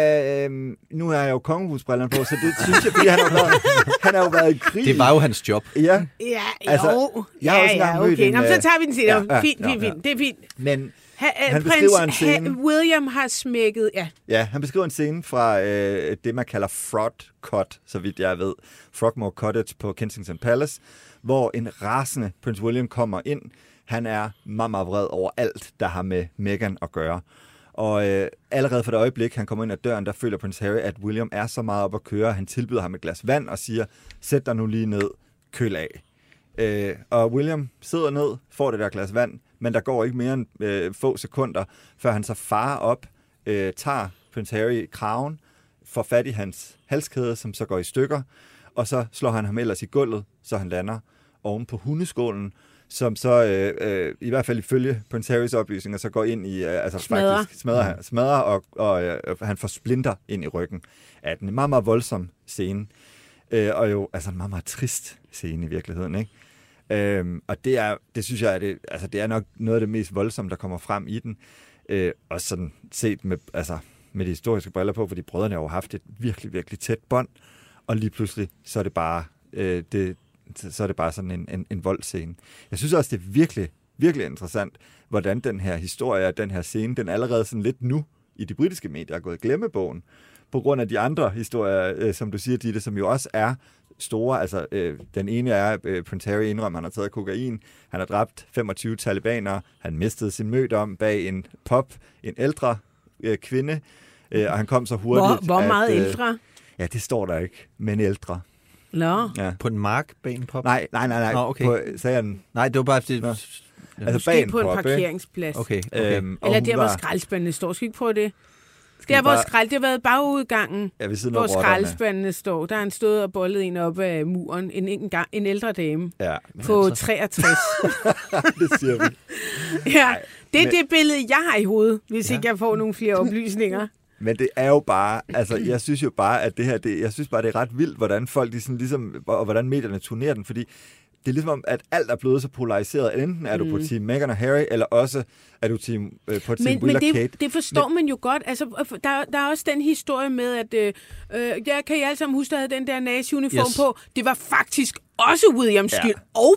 Nu er jeg jo kongehusbrillerne på, så det synes jeg, fordi han har jo været i krig. Det var jo hans job. Ja. Altså, jeg har også engang mødt en... Nå, så tager vi den senere. Fint. Det er fint. Men han beskriver en scene... William har smækket... Ja, han beskriver en scene fra det, man kalder Frogmore, så vidt jeg ved. Frogmore Cottage på Kensington Palace, hvor en rasende Prince William kommer ind. Han er meget, meget vred over alt, der har med Meghan at gøre. Og allerede for det øjeblik, han kommer ind ad døren, der føler Prince Harry, at William er så meget op at køre. Han tilbyder ham et glas vand og siger, sæt dig nu lige ned, køl af. Og William sidder ned, får det der glas vand, men der går ikke mere end få sekunder, før han så farer op, tager Prince Harry i kraven, får fat i hans halskæde, som så går i stykker, og så slår han ham ellers i gulvet, så han lander oven på hundeskålen, som så, i hvert fald ifølge Prince Harrys oplysninger, så går ind i, smadrer, og han får splinter ind i ryggen af den. En meget, meget voldsom scene, og jo, altså en meget, meget trist scene i virkeligheden, ikke? Og det synes jeg, det er nok noget af det mest voldsomme, der kommer frem i den, og sådan set med de historiske briller på, fordi brødrene har jo haft et virkelig, virkelig tæt bånd, og lige pludselig, så er det bare, så er det bare sådan en voldscene. Jeg synes også, det er virkelig, virkelig interessant, hvordan den her historie, den her scene, den allerede sådan lidt nu i de britiske medier er gået i glemmebogen, på grund af de andre historier, som du siger, Ditte, som jo også er store. Altså, den ene er, Prince Harry indrømmer, han har taget kokain, han har dræbt 25 talibanere, han mistede sin mødom bag en en ældre kvinde, og han kom så hurtigt... Hvor meget ældre? Ja, det står der ikke, men ældre. Nå. Ja. På en mark bag en pop? Nej. Okay. På, sagde jeg den? Nej, det var bare... Det, altså bag en på en pop, parkeringsplads. Okay. Eller der, hvor skraldespandene står. Skal vi ikke prøve det? Der, hvor det har været bagudgangen, hvor skraldespandene står. Der har han stået og bollet en op af muren. En ældre dame på 63. Det siger vi. Ja, det er det billede, jeg har i hovedet, hvis ikke jeg får nogle flere oplysninger. Men det er jo bare, altså jeg synes jo bare, at det her, jeg synes bare, det er ret vildt, hvordan folk, de sådan ligesom, og hvordan medierne turnerer den, fordi det er ligesom om, at alt er blevet så polariseret. Enten er du på team Meghan og Harry, eller også er du på team Will og Kate. Det forstår man jo godt. Altså, der er også den historie med, at jeg kan I alle sammen huske, at den der nazi-uniform på. Det var faktisk også Williams skyld,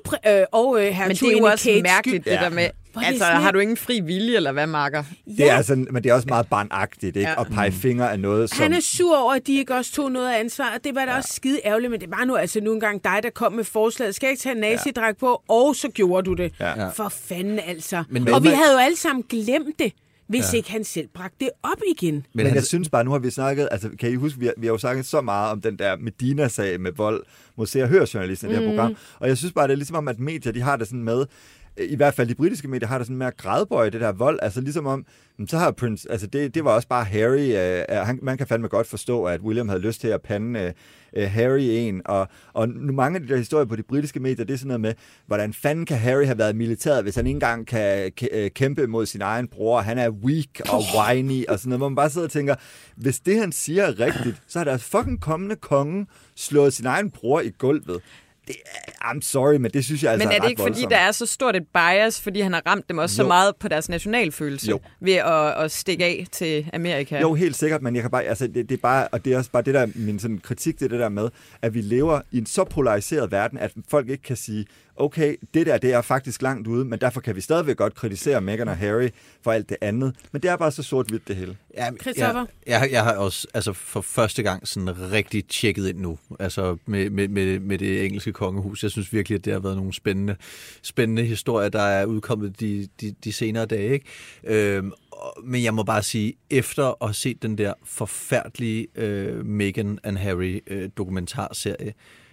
og hertugen Men det er jo også Kates mærkeligt, skyld. det der med, altså har du ingen fri vilje, eller hvad, Marker? Det er altså, men det er også meget barnagtigt, ikke? At pege fingre af noget, som... Han er sur over, at de ikke også tog noget af ansvar, og det var da også skide ærgerligt, men det var nu altså nogle gange dig, der kom med forslaget. Skal jeg ikke tage en nazidragt på? Og så gjorde du det. Ja. For fanden altså. Og vi havde jo alle sammen glemt det, hvis ikke han selv bragte det op igen. Men jeg synes bare, nu har vi snakket, altså kan I huske, vi har jo snakket så meget om den der Medina-sag med vold mod Se og Hør-journalisten i det her program, og jeg synes bare, det er ligesom om, at medier, de har det sådan med, i hvert fald de britiske medier har det sådan med at gradbøje det der vold, altså ligesom om, så har Prince, altså det var også bare Harry, man kan fandme godt forstå, at William havde lyst til at pande Harry en, og nu mange af de der historier på de britiske medier, det er sådan noget med, hvordan fanden kan Harry have været i militæret, hvis han ikke engang kan kæmpe mod sin egen bror, han er weak og whiny, og sådan noget, hvor man bare sidder og tænker, hvis det han siger er rigtigt, så har deres fucking kommende konge slået sin egen bror i gulvet. I'm sorry, men det synes jeg altså er ret voldsomt. Men er det ikke, fordi der er så stort et bias, fordi han har ramt dem også så meget på deres nationalfølelse ved at stikke af til Amerika? Jo, helt sikkert, men jeg kan bare, altså det er bare, og det er også bare det der, min sådan kritik, det der med, at vi lever i en så polariseret verden, at folk ikke kan sige, okay, det er faktisk langt ude, men derfor kan vi stadigvæk godt kritisere Meghan og Harry for alt det andet. Men det er bare så sort-hvidt det hele. Christoffer? Jeg har også altså for første gang sådan rigtig tjekket ind nu, altså med det engelske kongehus. Jeg synes virkelig, at det har været nogle spændende historier, der er udkommet de senere dage, ikke? Men jeg må bare sige, efter at have set den der forfærdelige Meghan and Harry dokumentarserie,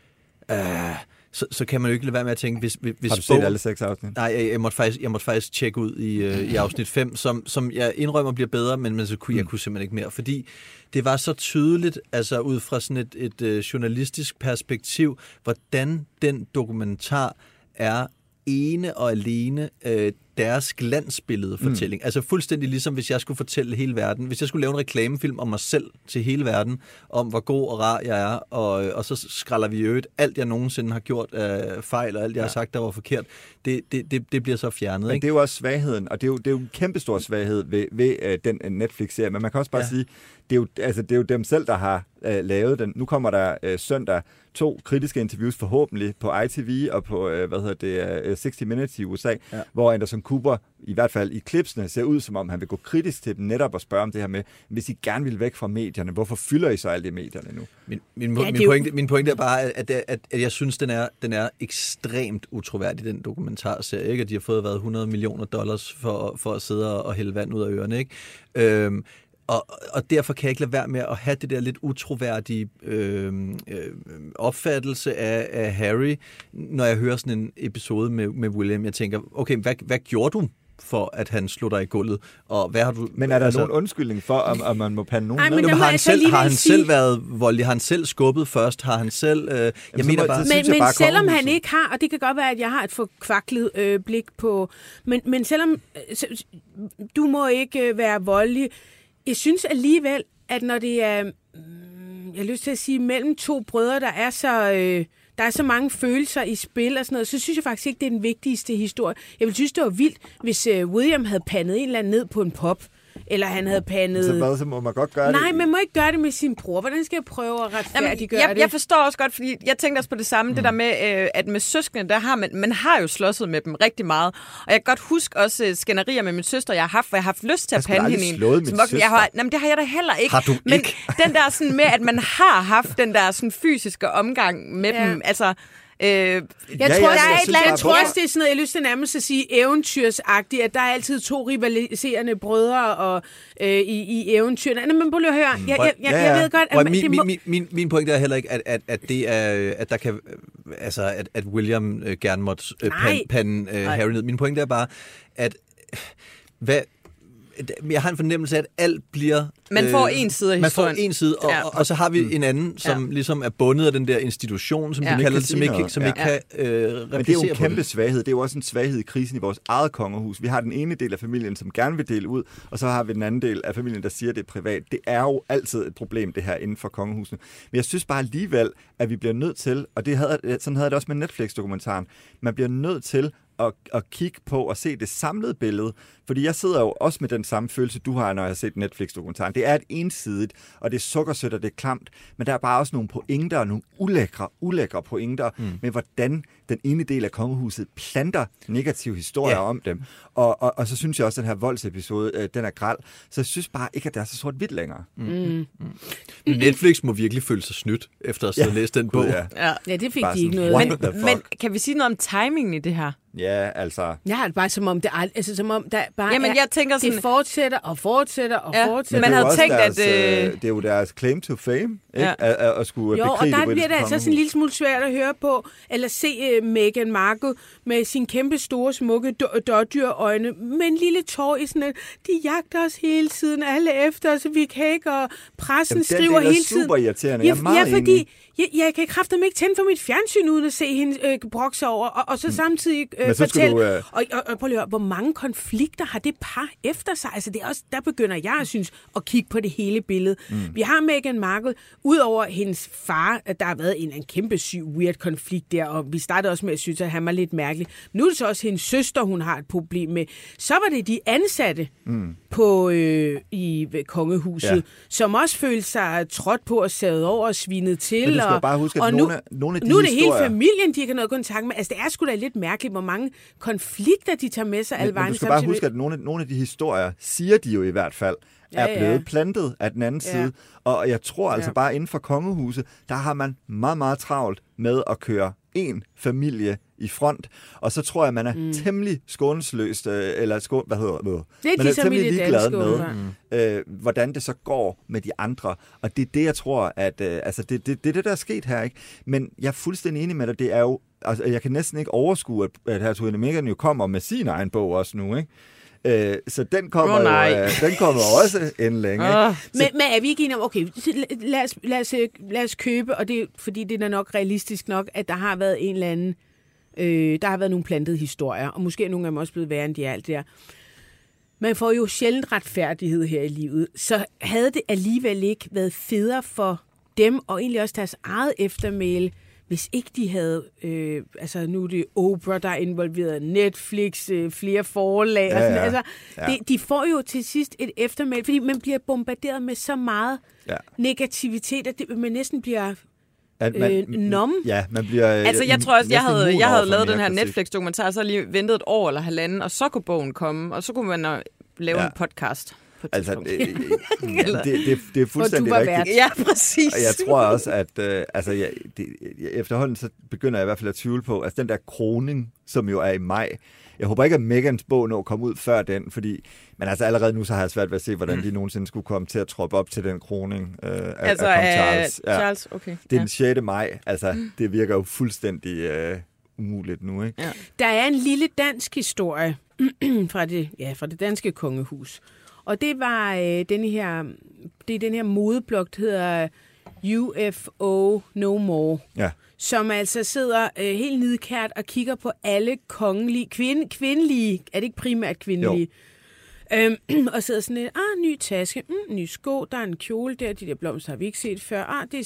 så kan man jo ikke lade være med at tænke, hvis har du set alle 6 afsnit? Nej, jeg måtte faktisk tjekke ud i afsnit 5, som jeg indrømmer bliver bedre, men jeg kunne simpelthen ikke mere, fordi det var så tydeligt, altså ud fra sådan et journalistisk perspektiv, hvordan den dokumentar er ene og alene deres glansbillede fortælling. Altså fuldstændig ligesom, hvis jeg skulle fortælle hele verden, hvis jeg skulle lave en reklamefilm om mig selv til hele verden, om hvor god og rar jeg er, og så skralder vi øvrigt alt, jeg nogensinde har gjort af fejl, og alt, jeg har sagt, der var forkert, det bliver så fjernet. Men ikke? det er jo også svagheden, og det er jo en kæmpestor svaghed ved den Netflix-serie, men man kan også bare sige, det er jo dem selv, der har lavet den. Nu kommer der søndag 2 kritiske interviews forhåbentlig på ITV og på 60 Minutes i USA, hvor Anderson Cooper, i hvert fald i klipsene, ser ud som om, han vil gå kritisk til dem netop og spørge om det her med, hvis I gerne vil væk fra medierne, hvorfor fylder I så alt det i medierne nu? Min pointe er bare, at jeg synes, den er ekstremt utroværdig, den dokumentarserie, ikke? At de har fået $100 million for at sidde og hælde vand ud af ørerne, ikke? Og derfor kan jeg ikke lade være med at have det der lidt utroværdige opfattelse af Harry, når jeg hører sådan en episode med William. Jeg tænker, okay, hvad gjorde du for, at han slog dig i gulvet? Og hvad har du... Men er der nogen undskyldning for, om man må pande nogen ned? Har han selv været voldelig? Har han selv skubbet først? Har han selv... Men selvom han ikke har, og det kan godt være, at jeg har et forkvaklet blik på... Men selvom... Du må ikke være voldelig. Jeg synes alligevel, at når det er, jeg har lyst til at sige, mellem 2 brødre, der er så mange følelser i spil og sådan noget, så synes jeg faktisk ikke, det er den vigtigste historie. Jeg ville synes, det var vildt, hvis William havde pandet en eller anden ned på en pop, eller han havde pandet... Så må man godt gøre det? Nej, man må ikke gøre det med sin bror. Hvordan skal jeg prøve at retfærdiggøre det? Jeg forstår også godt, fordi jeg tænkte også på det samme, det der med, at med søskende, der har man har jo slåsset med dem rigtig meget. Og jeg kan godt huske også skænderier med min søster, jeg har haft, hvor jeg har haft lyst til at pande hende en. Det har jeg da heller ikke. Har du men ikke? Den der sådan med, at man har haft den der sådan fysiske omgang med dem, altså... Jeg tror også, det er sådan noget, jeg har lyst til nærmest at sige eventyrsagtigt, at der er altid 2 rivaliserende brødre og, i eventyrene. Men prøv lige at høre. Jeg ved godt, at min pointe er heller ikke, at det er, at der kan, altså, at William gerne måtte pande Harry ned. Min pointe er bare, at jeg har en fornemmelse af, at alt bliver... Man får en side af historien. Man får en side, og så har vi en anden, som ligesom er bundet af den der institution, som de kalder det, som ikke kan replicere. Men det er jo en kæmpe svaghed. Det er jo også en svaghed i krisen i vores eget kongehus. Vi har den ene del af familien, som gerne vil dele ud, og så har vi den anden del af familien, der siger, at det er privat. Det er jo altid et problem, det her inden for kongehusene. Men jeg synes bare alligevel, at vi bliver nødt til, og sådan havde det også med Netflix-dokumentaren, man bliver nødt til at kigge på og se det samlede billede. Fordi jeg sidder jo også med den samme følelse, du har, når jeg har set Netflix-dokumentaren. Det er et ensidigt, og det er sukkersødt, og det er klamt. Men der er bare også nogle pointer, nogle ulækre pointer, med hvordan den ene del af kongehuset planter negative historier om dem. Og så synes jeg også, at den her voldsepisode, den er græld. Så jeg synes bare ikke, at det er så sort-hvidt længere. Netflix må virkelig føle sig snydt, efter at have læst den bog. Ja, det fik bare de ikke noget. Men kan vi sige noget om timingen i det her? Ja, altså... Jeg har det bare som om, som om der bare jeg tænker sådan... Det fortsætter og fortsætter og fortsætter. Man havde tænkt, at... Det er jo deres claim to fame, ikke? At skulle bekrige det. Jo, og der bliver det altså sådan en lille smule svært at høre på, eller se Meghan Markle med sin kæmpe store, smukke dårdyrøjne, med en lille tår i sådan et, de jagter os hele tiden, alle efter os, vi kan ikke, og pressen skriver hele tiden. Det er super irriterende, jeg er meget fordi jeg kan kraftedeme ikke tænde for mit fjernsyn, uden at se hende brokse over, og så samtidig fortælle, og prøv lige at høre, hvor mange konflikter har det par efter sig? Altså det er også, der begynder jeg, synes, at kigge på det hele billede. Vi har Meghan Markle, udover hendes far, at der har været en kæmpe syg, weird konflikt der, og vi startede også med at synes, at han var lidt mærkelig. Nu er det så også hendes søster, hun har et problem med. Så var det de ansatte på i kongehuset, som også følte sig trådt på og savet over og svinet til. Men du skal bare huske, at nogle af de nu er det historier... hele familien, de ikke har noget kontakt med. Altså det er sgu da lidt mærkeligt, hvor mange konflikter de tager med sig alle vejen. Men du skal bare huske, at nogle af de historier, siger de jo i hvert fald, er blevet plantet af den anden side. Og jeg tror altså bare inden for kongehuset, der har man meget, meget travlt med at køre en familie i front, og så tror jeg, man er temmelig skånsløst, eller hvad hedder det? Man er temmelig ligeglad med, hvordan det så går med de andre. Og det er det, jeg tror, at altså det er det, der er sket her, ikke? Men jeg er fuldstændig enig med dig, det er jo, altså jeg kan næsten ikke overskue, at hertugen Meghan jo kommer med sin egen bog også nu, ikke? Så den kommer den kommer også en længe. Men er vi ikke enige om, okay, lad os købe, og det fordi det er nok realistisk nok, at der har været en eller anden, der har været nogle plantede historier, og måske er nogle af dem også blevet værre end de alt der. Man får jo sjældent retfærdighed her i livet, så havde det alligevel ikke været federe for dem, og egentlig også deres eget eftermæle, hvis ikke de havde, altså nu er det Oprah, der er involveret, Netflix, flere forlag, og sådan, altså, de får jo til sidst et eftermæle, fordi man bliver bombarderet med så meget negativitet, at man næsten bliver nom. Ja, man bliver... Altså, jeg tror også, jeg havde lavet den her Netflix-dokumentar, så lige ventet et år eller halvanden, og så kunne bogen komme, og så kunne man lave en podcast. Altså, det er fuldstændig rigtigt. Ja, præcis. Og jeg tror også, at efterhånden så begynder jeg i hvert fald at tvivle på, altså den der kroning, som jo er i maj. Jeg håber ikke, at Meghans bog nå kom ud før den, fordi, men altså allerede nu så har jeg svært ved at se, hvordan de nogensinde skulle komme til at troppe op til den kroning af kong Charles. Charles, okay. Det er den 6. maj. Altså, det virker jo fuldstændig umuligt nu, ikke? Ja. Der er en lille dansk historie fra det danske kongehus. Og det var den her modeblog, der hedder UFO No More, som altså sidder helt nidkært og kigger på alle kongelige, kvindelige, er det ikke primært kvindelige, og sidder sådan lidt, ny taske, ny sko, der er en kjole der, de der blomster har vi ikke set før, det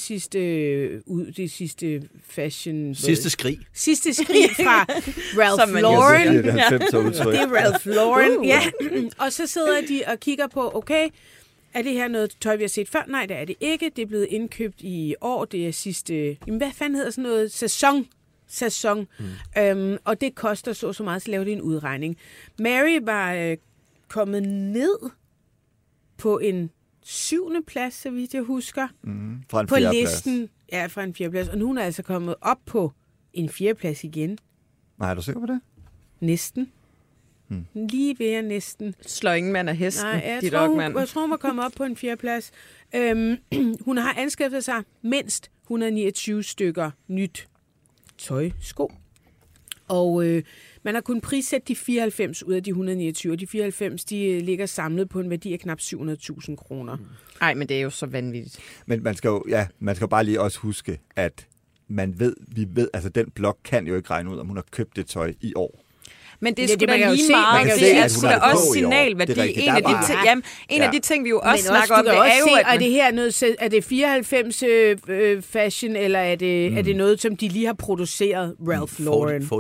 er sidste fashion... Sidste skrig. Sidste skrig fra Ralph Lauren. Det er Ralph Lauren, ja. Og så sidder de og kigger på, okay, er det her noget tøj, vi har set før? Nej, det er det ikke. Det er blevet indkøbt i år, det er sidste... hvad fanden hedder sådan noget? Sæson. Og det koster så meget, så laver det en udregning. Mary var... kommet ned på en 7. plads, så vidt jeg husker. Fra en på 4. listen. Ja, fra en 4. plads. Og nu er hun altså kommet op på en fjerdeplads igen. Nej, er du sikker på det? Næsten. Lige ved næsten. Slår ingen mand af hesten, Nej, dit jeg Ockmann. tror, hun var kommet op på en fjerdeplads. Hun har anskaffet sig mindst 129 stykker nyt sko. Og man har kunnet prissætte de 94 ud af de 129, og de 94, de ligger samlet på en værdi af knap 700.000 kroner. Nej, men det er jo så vanvittigt. Men man skal jo bare lige også huske, at vi ved, altså den blog kan jo ikke regne ud, om hun har købt det tøj i år. Men det er sgu da lige meget. Det er sgu da også signalværdi. En af de ting, vi jo også snakker om, det er jo, at... Er det her noget, er det 94 fashion, eller er det noget, som de lige har produceret, Ralph Lauren? Får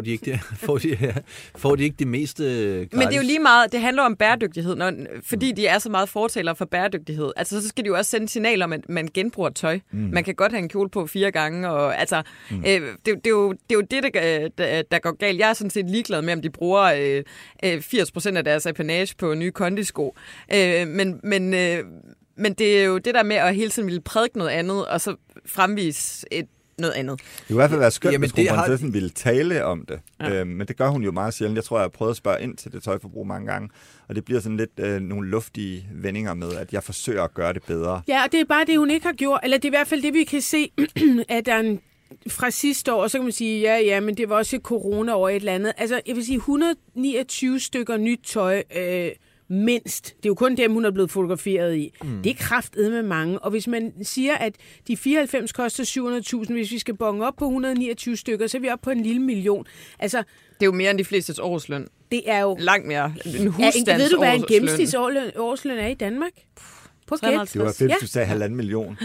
de ikke det meste gratis? Men det er jo lige meget, det handler om bæredygtighed, fordi de er så meget fortalere for bæredygtighed. Altså, så skal de jo også sende signal om, at man genbruger tøj. Man kan godt have en kjole på 4 gange, og altså, det er jo det, der går galt. Jeg er sådan set ligeglad med, om de bruger 80% af deres apanage på nye kondisko. Men det er jo det der med at hele tiden ville prædike noget andet, og så fremvise noget andet. Det kunne i hvert fald være skønt, hvis kronprinsessen ville tale om det. Ja. Men det gør hun jo meget sjældent. Jeg tror, jeg har prøvet at spørge ind til det tøjforbrug mange gange, og det bliver sådan lidt nogle luftige vendinger med, at jeg forsøger at gøre det bedre. Ja, og det er bare det, hun ikke har gjort. Eller det er i hvert fald det, vi kan se, at der er en fra sidste år, så kan man sige, ja, men det var også et corona-år et eller andet. Altså, jeg vil sige, 129 stykker nyt tøj, mindst. Det er jo kun dem, hun er blevet fotograferet i. Det er kraftedme mange. Og hvis man siger, at de 94 koster 700.000, hvis vi skal bonge op på 129 stykker, så er vi oppe på en lille million. Altså, det er jo mere end de flestes årsløn. Det er jo... Langt mere. En husstands ved du, hvad en gennemsnits årsløn er i Danmark? På det var fedt, du sagde 1,5 million.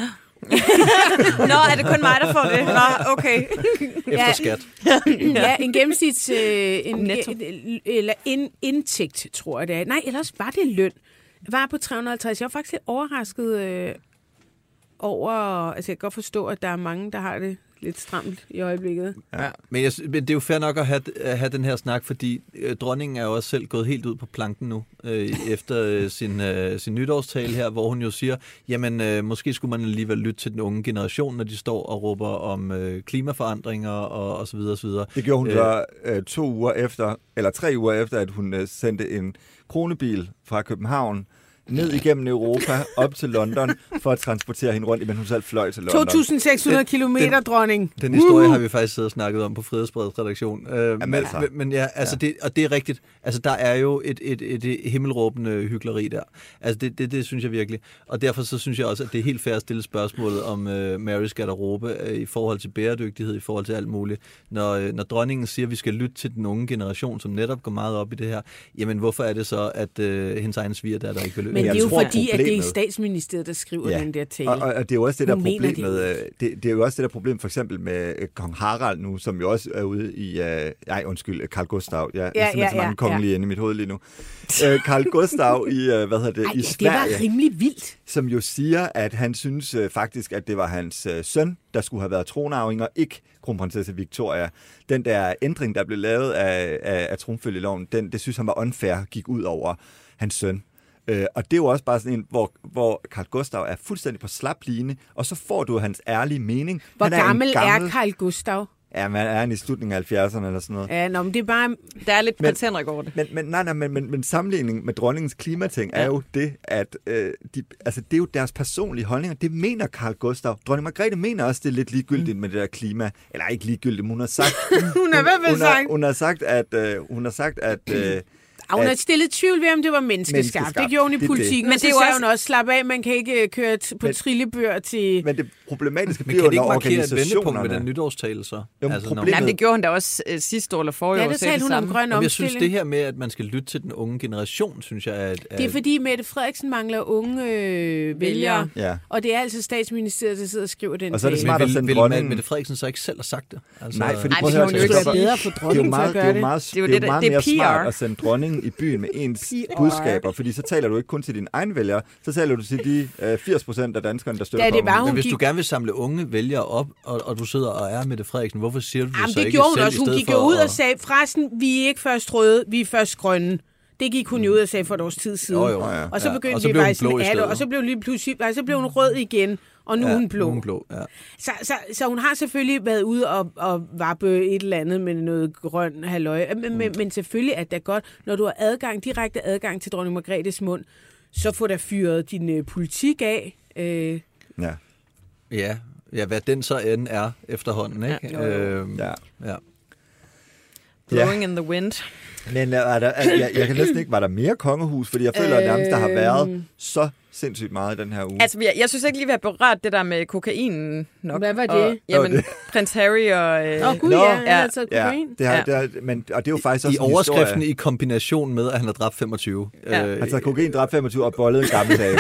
Nå, er det kun mig, der får det? Nå, okay. Efter skat. Ja, en gennemsnits... eller indtægt, tror jeg det er. Nej, ellers var det løn. Var på 350. Jeg var faktisk lidt overrasket over... Altså, jeg kan godt forstå, at der er mange, der har det lidt stramt i øjeblikket. Ja. Men det er jo fair nok at have den her snak, fordi dronningen er jo også selv gået helt ud på planken nu, efter sin nytårstale her, hvor hun jo siger, jamen måske skulle man alligevel lytte til den unge generation, når de står og råber om klimaforandringer og så videre, så videre. Det gjorde hun så 3 uger efter, at hun sendte en kronebil fra København ned igennem Europa, op til London, for at transportere hende rundt, imens hun selv fløj til London. 2.600 kilometer, dronning. Den historie har vi faktisk siddet og snakket om på Frihedsbredets redaktion. Men ja, altså ja. Det er rigtigt. Altså, der er jo et himmelråbende hykleri der. Altså, det synes jeg virkelig. Og derfor så synes jeg også, at det er helt fair at stille spørgsmålet om Marys garderobe i forhold til bæredygtighed, i forhold til alt muligt. Når dronningen siger, at vi skal lytte til den unge generation, som netop går meget op i det her, jamen hvorfor er det så, at hendes egen svigerdatter ikke vil lytte? Men det er jo fordi, at det er statsministeriet, der skriver den der tale. Og det er jo også det der problem med, det er jo også det der problem for eksempel med kong Harald nu, som jo også er ude i, Carl Gustav. Jeg er simpelthen så mange kongelige inde i mit hoved lige nu. Carl Gustav i, i Sverige. Det var rimelig vildt. Som jo siger, at han synes faktisk, at det var hans søn, der skulle have været tronarving, og ikke kronprinsesse Victoria. Den der ændring, der blev lavet af tronfølgeloven, det synes han var unfair, gik ud over hans søn. Og det er jo også bare sådan en, hvor Carl Gustav er fuldstændig på slap line, og så får du hans ærlige mening. Hvor gammel er Carl Gustav? Ja, man er i slutningen af 70'erne eller sådan noget. Ja, men det er bare... Der er lidt patentrik over det. Men sammenligning med dronningens klimating er jo det, at det er jo deres personlige holdninger. Det mener Carl Gustav. Dronning Margrethe mener også, det er lidt ligegyldigt med det der klima. Eller ikke ligegyldigt, men hun har sagt... Hun har sagt, at hun har stillet tvivl ved, om det var menneskeskabt. Det gjorde hun i politikken. Men det er jo også noget slap af. Man kan ikke køre på trillebør til... Men det problematiske bliver jo, når organisationerne... med den nytårstale så? Nej, det gjorde hun da også sidste år eller forrige år. Ja, der talte hun om grøn omstilling. Jeg synes, det her med, at man skal lytte til den unge generation, synes jeg, at... Det er fordi, Mette Frederiksen mangler unge vælgere. Ja. Og det er altså statsministeriet, der sidder og skriver den. Og så er det smart at sende dronningen... Mette Frederiksen så ikke selv har sagt det? Nej, fordi hun jo ikke være bedre for dronningen for at gøre det. Det er jo meget mere smart at sende dronningen i byen med ens budskaber, fordi så taler du ikke kun til dine egne vælgere, så taler du til de 80% af danskerne, der støtter kongen. Men hvis du gerne vil samle unge vælgere op, og du sidder og er Mette Frederiksen, hvorfor siger du det så det ikke gjorde hun også. Hun gik jo ud og sagde, forresten, vi er ikke først røde, vi er først grønne. Det gik hun jo ud og sagde for et års tid siden. Ja. Og så begyndte vi bare sådan, og så blev lige pludselig, så blev hun rød igen, og nu er hun blå. Ja. Så hun har selvfølgelig været ude og vappe et eller andet med noget grøn halløj. Men selvfølgelig er det godt, når du har direkte adgang til dronning Margrethes mund, så får der fyret din politik af. Ja, hvad den så end er efterhånden, ikke? Ja. Blowing in the wind. Men jeg kan næsten ikke, var der mere kongehus, fordi jeg føler nærmest, der har været så sindssygt meget i den her uge. Altså, jeg synes ikke lige, vi har berørt det der med kokainen nok. Hvad var det? Jamen, prins Harry og... Gud, han har taget kokain. Det er jo faktisk også i overskriften i kombination med, at han har dræbt 25. Han tager kokain, dræbt 25 og bollet en gammel dame.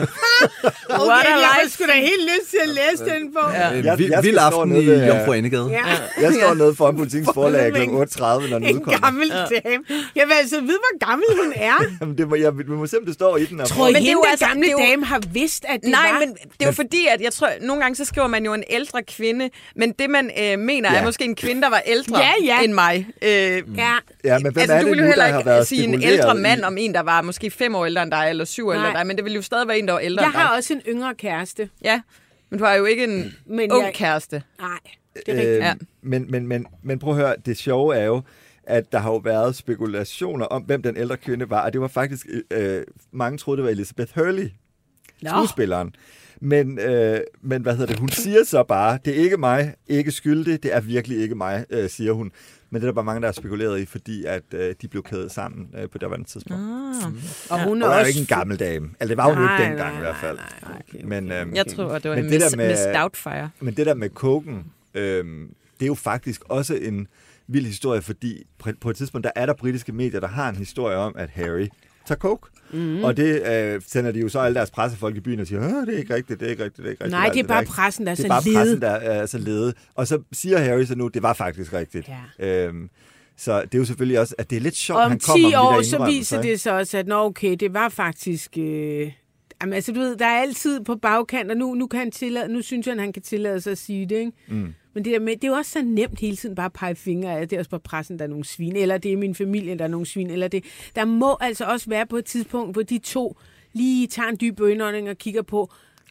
Okay, jeg skulle da helt lyst til at læse den på. Vild aften i Jomfru Anegade. Jeg står nede foran Politikens forlag kl. 8.30, når den udkommer. En gammel dame. Jeg vil altså vide, hvor gammel hun er. Vi må simpelthen, det står i den. Tror I, hende, den gamle dame har vidst, at det var... Nej, men det er jo fordi, at jeg tror, nogle gange så skriver man jo en ældre kvinde, men det man mener er måske en kvinde, der var ældre end mig. Men hvem altså, er du det ville nu, jo heller der har ikke været sige en ældre mand om en, der var måske 5 år ældre end dig, eller 7 år ældre end dig, men det ville jo stadig være en, der var ældre end dig. Jeg har også en yngre kæreste. Ja, men du har jo ikke en ung kæreste. Nej, det er rigtigt. Men prøv at høre, det sjove er jo, at der har jo været spekulationer om, hvem den ældre kvinde var, og det var faktisk, mange troede, det var Elizabeth Hurley, skuespilleren. Men hvad hedder det? Hun siger så bare, det er ikke mig, ikke skyldig, det er virkelig ikke mig, siger hun. Men det er der bare mange, der har spekuleret i, fordi at de blev kædet sammen på det andet tidspunkt. Og hun er jo ikke en gammel dame. Altså, det var hun ikke dengang i hvert fald. Okay. Men, jeg tror, det var Miss Doubtfire. Men det der med koken, det er jo faktisk også en vild historie, fordi på et tidspunkt, der er der britiske medier, der har en historie om, at Harry tager coke. Mm-hmm. Og det sender de jo så alle deres pressefolk i byen og siger, det er ikke rigtigt, det er ikke rigtigt. Nej, det er bare pressen, der er så lede. Det er bare pressen, der er så lede. Og så siger Harry så nu, det var faktisk rigtigt. Ja. Så det er jo selvfølgelig også, at det er lidt sjovt, at han kommer om 10 år, så viser det så også, at okay, det var faktisk... Jamen, altså, du ved, der er altid på bagkant, og nu synes jeg, at han kan tillade sig at sige det, ikke? Mm. Men det der med, det er jo også så nemt hele tiden bare at pege fingre af, det er også på pressen, der er nogle svin, eller det er min familie, der er nogle svin, eller det. Der må altså også være på et tidspunkt, hvor de to lige tager en dyb bøjnånding og kigger på,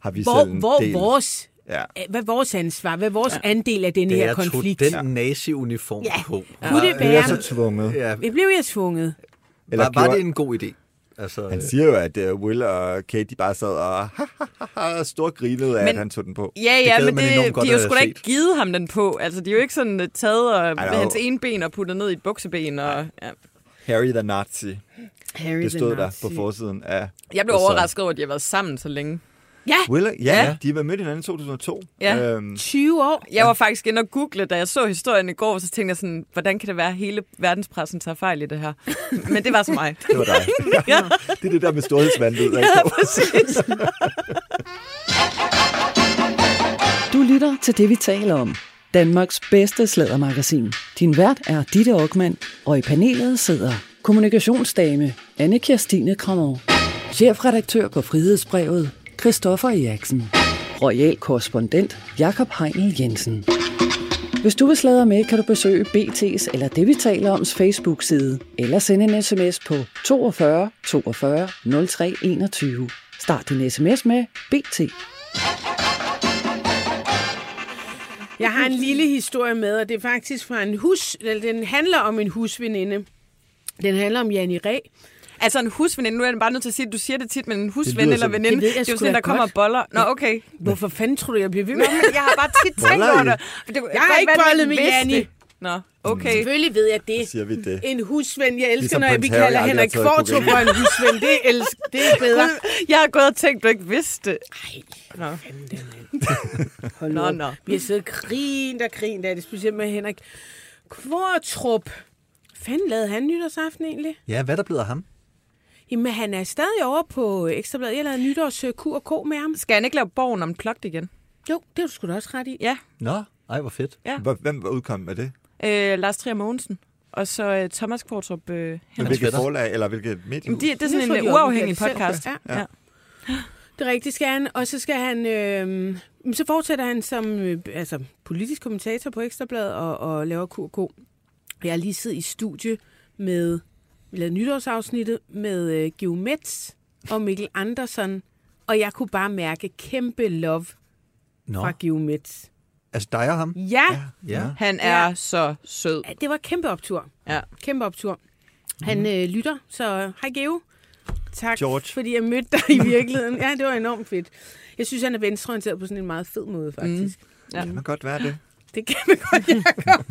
hvad vores ansvar, hvad vores andel af denne her konflikt. Det er den nazi-uniform på. Kunne det være? Det er så tvunget. Ja. Det blev jeg tvunget. Var det en god idé? Altså, han siger jo, at Will og Kate, de bare sad og storgrinede af, at han tog den på. Ja, men de har jo sgu da ikke givet ham den på. Altså, de er jo ikke sådan taget med hans ene ben og puttet ned i et bukseben. Og, Harry the Nazi. Det stod der på forsiden af... Jeg blev overrasket over, at de har været sammen så længe. Ja. De har været mødt hinanden i 2002. Ja. 20 år. Jeg var faktisk inde og google, da jeg så historien i går, så tænkte jeg sådan, hvordan kan det være, at hele verdenspressen tager fejl i det her? Men det var så mig. Det var dig. Ja. Det er det der med storhedsvandet. Ja, præcis. Du lytter til det, vi taler om. Danmarks bedste sladdermagasin. Din vært er Ditte Okman, og i panelet sidder kommunikationsdame Anne Kirstine Krammer, chefredaktør på Frihedsbrevet Christoffer Eriksen, royal korrespondent Jakob Heinel Jensen. Hvis du vil sladre med, kan du besøge BT's eller det, vi taler oms Facebook-side, eller sende en sms på 42 42 03 21. Start din sms med BT. Jeg har en lille historie med, og det er faktisk fra den handler om en husveninde. Den handler om Janni Ræ. Altså en husveninde, nu er jeg bare nødt til at sige, at du siger det tit, men en husven eller veninde, det er jo sådan, der kommer boller. Nå, okay. Hvorfor fanden tror du, jeg bliver ved med? Jeg har bare tit tænkt over det. Jeg har ikke bollet med Janni. Nå, okay. Selvfølgelig ved jeg det. Siger vi det. En husven. Jeg elsker, når vi kalder Henrik Kvartrup for en husven. Det er bedre. Jeg har gået og tænkt, du ikke vidste det. Ej, hold nå. Vi har siddet grint af det er specielt med Henrik Kvartrup. Fanden lavede han nytårsaften egentlig? Ja, hvad er der blevet af ham? Jamen, han er stadig over på Ekstrabladet. Jeg lavede nytårs Q&K med ham. Skal han ikke lave Borgen Unplugged igen? Jo, det er du sgu da også ret i. Ja. Nå, hvor fedt. Ja. Hvem var udkommet med det? Lars Trier Mogensen. Og så Thomas Kvartrup. Hvilket forlag, eller hvilket medium? Det er sådan en uafhængig podcast. Ja. Det er rigtigt, skal han. Og så skal han... så fortsætter han som politisk kommentator på Ekstrabladet og laver Q&K. Jeg har lige siddet i studie med Vi lavede nytårsafsnittet med Georg Metz og Mikkel Andersen, og jeg kunne bare mærke kæmpe love fra Georg Metz. Altså dig og ham? Ja. Han er så sød. Ja, det var kæmpe optur. Ja. Kæmpe optur. Han lytter, så hej Geo. Tak, George. fordi jeg mødte dig i virkeligheden. Ja, det var enormt fedt. Jeg synes, han er venstreorienteret på sådan en meget fed måde, faktisk. Ja. Det kan godt være det. Det kan man godt, Jacob.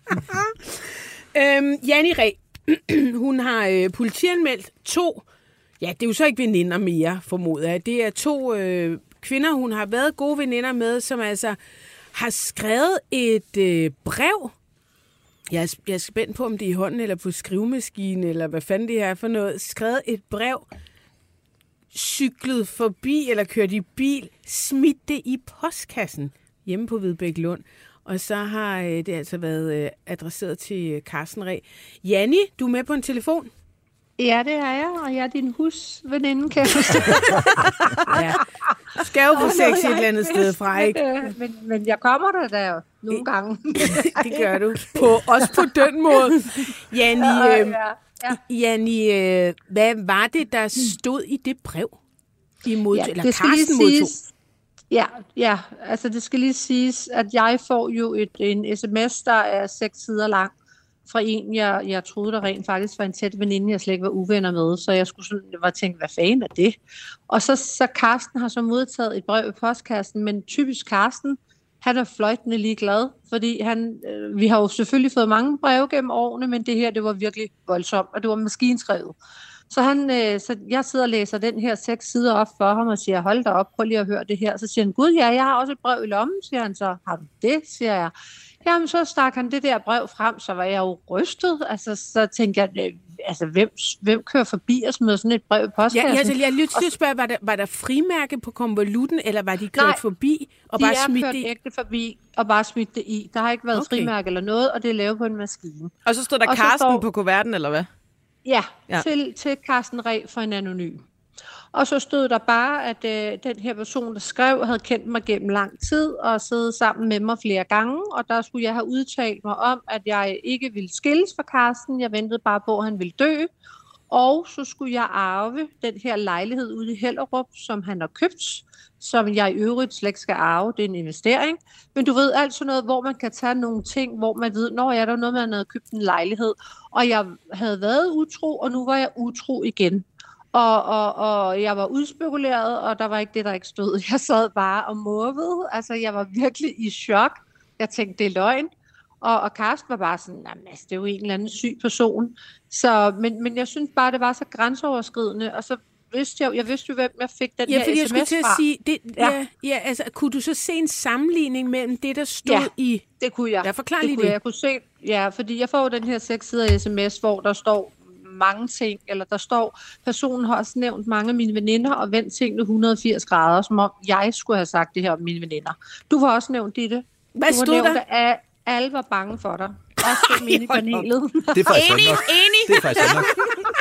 Janni Ræ, hun har politianmeldt 2, ja, det er jo så ikke veninder mere, formoder jeg. Det er 2 kvinder, hun har været gode veninder med, som altså har skrevet et brev. Jeg er spændt på, om det er i hånden eller på skrivemaskinen, eller hvad fanden det er for noget. Skrevet et brev, cyklet forbi, eller kørt i bil, smidt det i postkassen hjemme på Hvidbæk Lund. Og så har det altså været adresseret til Carsten Ræ. Janni, du er med på en telefon? Ja, det er jeg, og jeg er din husveninde, kan jeg forstå. Ja. Du skal jo på sex et eller andet sted fra, ikke? Men jeg kommer der jo nogle gange. Det gør du. Også på den måde. Janni, hvad var det, der stod i det brev? Eller Carsten modtog? Ja, altså det skal lige siges, at jeg får jo en sms, der er 6 sider lang, fra en, jeg troede, der rent faktisk var en tæt veninde, jeg slet ikke var uvenner med, så jeg skulle sådan, jeg var tænkt, hvad fanden er det? Og så Carsten har så modtaget et brev i postkassen, men typisk Carsten, han er fløjtende ligeglad, fordi vi har jo selvfølgelig fået mange breve gennem årene, men det her, det var virkelig voldsomt, og det var maskinskrevet. Så jeg sidder og læser den her 6 sider op for ham og siger, hold da op, prøv lige at høre det her. Så siger han, gud ja, jeg har også et brev i lommen, siger han så. Har du det, siger jeg. Jamen, så stak han det der brev frem, så var jeg jo rystet. Altså, så tænkte jeg, altså, hvem kører forbi og smider sådan et brev i postkassen? Jeg lytter til at spørge, var der frimærke på konvolutten, eller var de kørt forbi og bare smidt det? Nej, de er kørt ægte forbi og bare smidt det i. Der har ikke været frimærke eller noget, og det er lavet på en maskine. Og så stod der Carsten på kuverten, eller hvad? Ja. Til Carsten Ræ for en anonym. Og så stod der bare, at den her person, der skrev, havde kendt mig gennem lang tid og siddet sammen med mig flere gange. Og der skulle jeg have udtalt mig om, at jeg ikke ville skilles fra Carsten. Jeg ventede bare på, at han ville dø. Og så skulle jeg arve den her lejlighed ude i Hellerup, som han har købt, som jeg i øvrigt slet ikke skal arve. Det er en investering. Men du ved alt sådan noget, hvor man kan tage nogle ting, hvor man ved, når jeg der noget, man havde købt en lejlighed. Og jeg havde været utro, og nu var jeg utro igen. Og jeg var udspekuleret, og der var ikke det, der ikke stod. Jeg sad bare og måvede. Altså, jeg var virkelig i chok. Jeg tænkte, det er løgn. Og Carsten var bare sådan, altså, det er jo en eller anden syg person. Så, men jeg synes bare, det var så grænseoverskridende. Og så vidste jeg vidste jo, hvem jeg fik den her sms fra. Jeg skulle til at sige, altså, kunne du så se en sammenligning mellem det, der stod i... det kunne jeg. Jeg forklarer lige det. Jeg kunne se, fordi jeg får den her 6 sider sms, hvor der står mange ting, eller der står, personen har også nævnt mange af mine veninder, og vendt tingene 180 grader, som om jeg skulle have sagt det her om mine veninder. Du har også nævnt det. Hvad stod der? At alle var bange for dig. Også dem inde i panelet. Det er faktisk enig. Det er faktisk nok.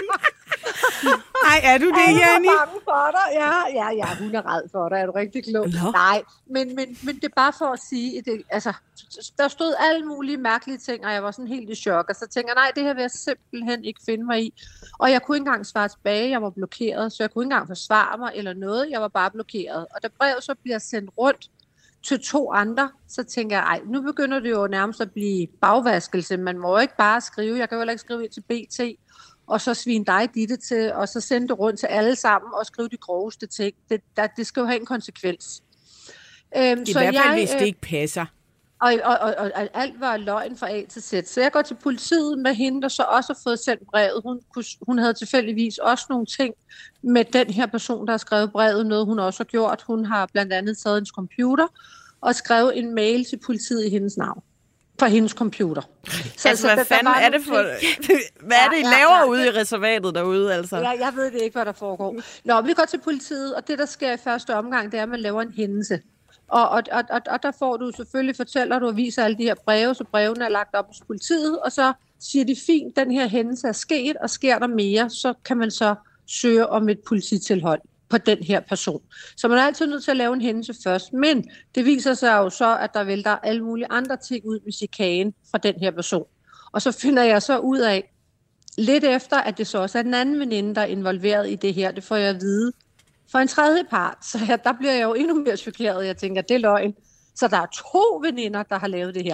Ej, er du det, Janni? Alle var bange for dig. Ja, hun er ræd for dig. Er du rigtig klog? Nej, men det er bare for at sige, det, altså, der stod alle mulige mærkelige ting, og jeg var sådan helt i chok, og så tænker jeg, nej, det her vil jeg simpelthen ikke finde mig i. Og jeg kunne ikke engang svare tilbage, jeg var blokeret, så jeg kunne ikke engang forsvare mig eller noget, jeg var bare blokeret. Og da brevet så bliver sendt rundt til 2 andre, så tænker jeg, ej, nu begynder det jo nærmest at blive bagvaskelse. Man må jo ikke bare skrive, jeg kan jo heller ikke skrive ind til BT, og så svine dig Ditte til, og så sende det rundt til alle sammen, og skrive de groveste ting. Det skal jo have en konsekvens. I hvert fald, hvis det ikke passer. Og alt var løgn fra A til Z. Så jeg går til politiet med hende, der så også har fået sendt brevet. Hun havde tilfældigvis også nogle ting med den her person, der har skrevet brevet, noget hun også har gjort. Hun har blandt andet taget hendes computer og skrevet en mail til politiet i hendes navn. Fra hendes computer. Så hvad fanden er det for... Hvad er det, I laver ude i reservatet derude, altså? Ja, jeg ved det ikke, hvad der foregår. Nå, vi går til politiet, og det, der sker i første omgang, det er, at man laver en hændelse. Og der får du selvfølgelig, fortæller du og viser alle de her breve, så brevene er lagt op hos politiet, og så siger de, fint, den her hændelse er sket, og sker der mere, så kan man så søge om et polititilhold på den her person. Så man er altid nødt til at lave en hændelse først, men det viser sig jo så, at der vælter alle mulige andre ting ud med chikanen fra den her person. Og så finder jeg så ud af, lidt efter, at det så også er den anden veninde, der er involveret i det her. Det får jeg at vide for en tredje part. Så der bliver jeg jo endnu mere chokeret. Jeg tænker, det er løgn. Så der er 2 veninder, der har lavet det her.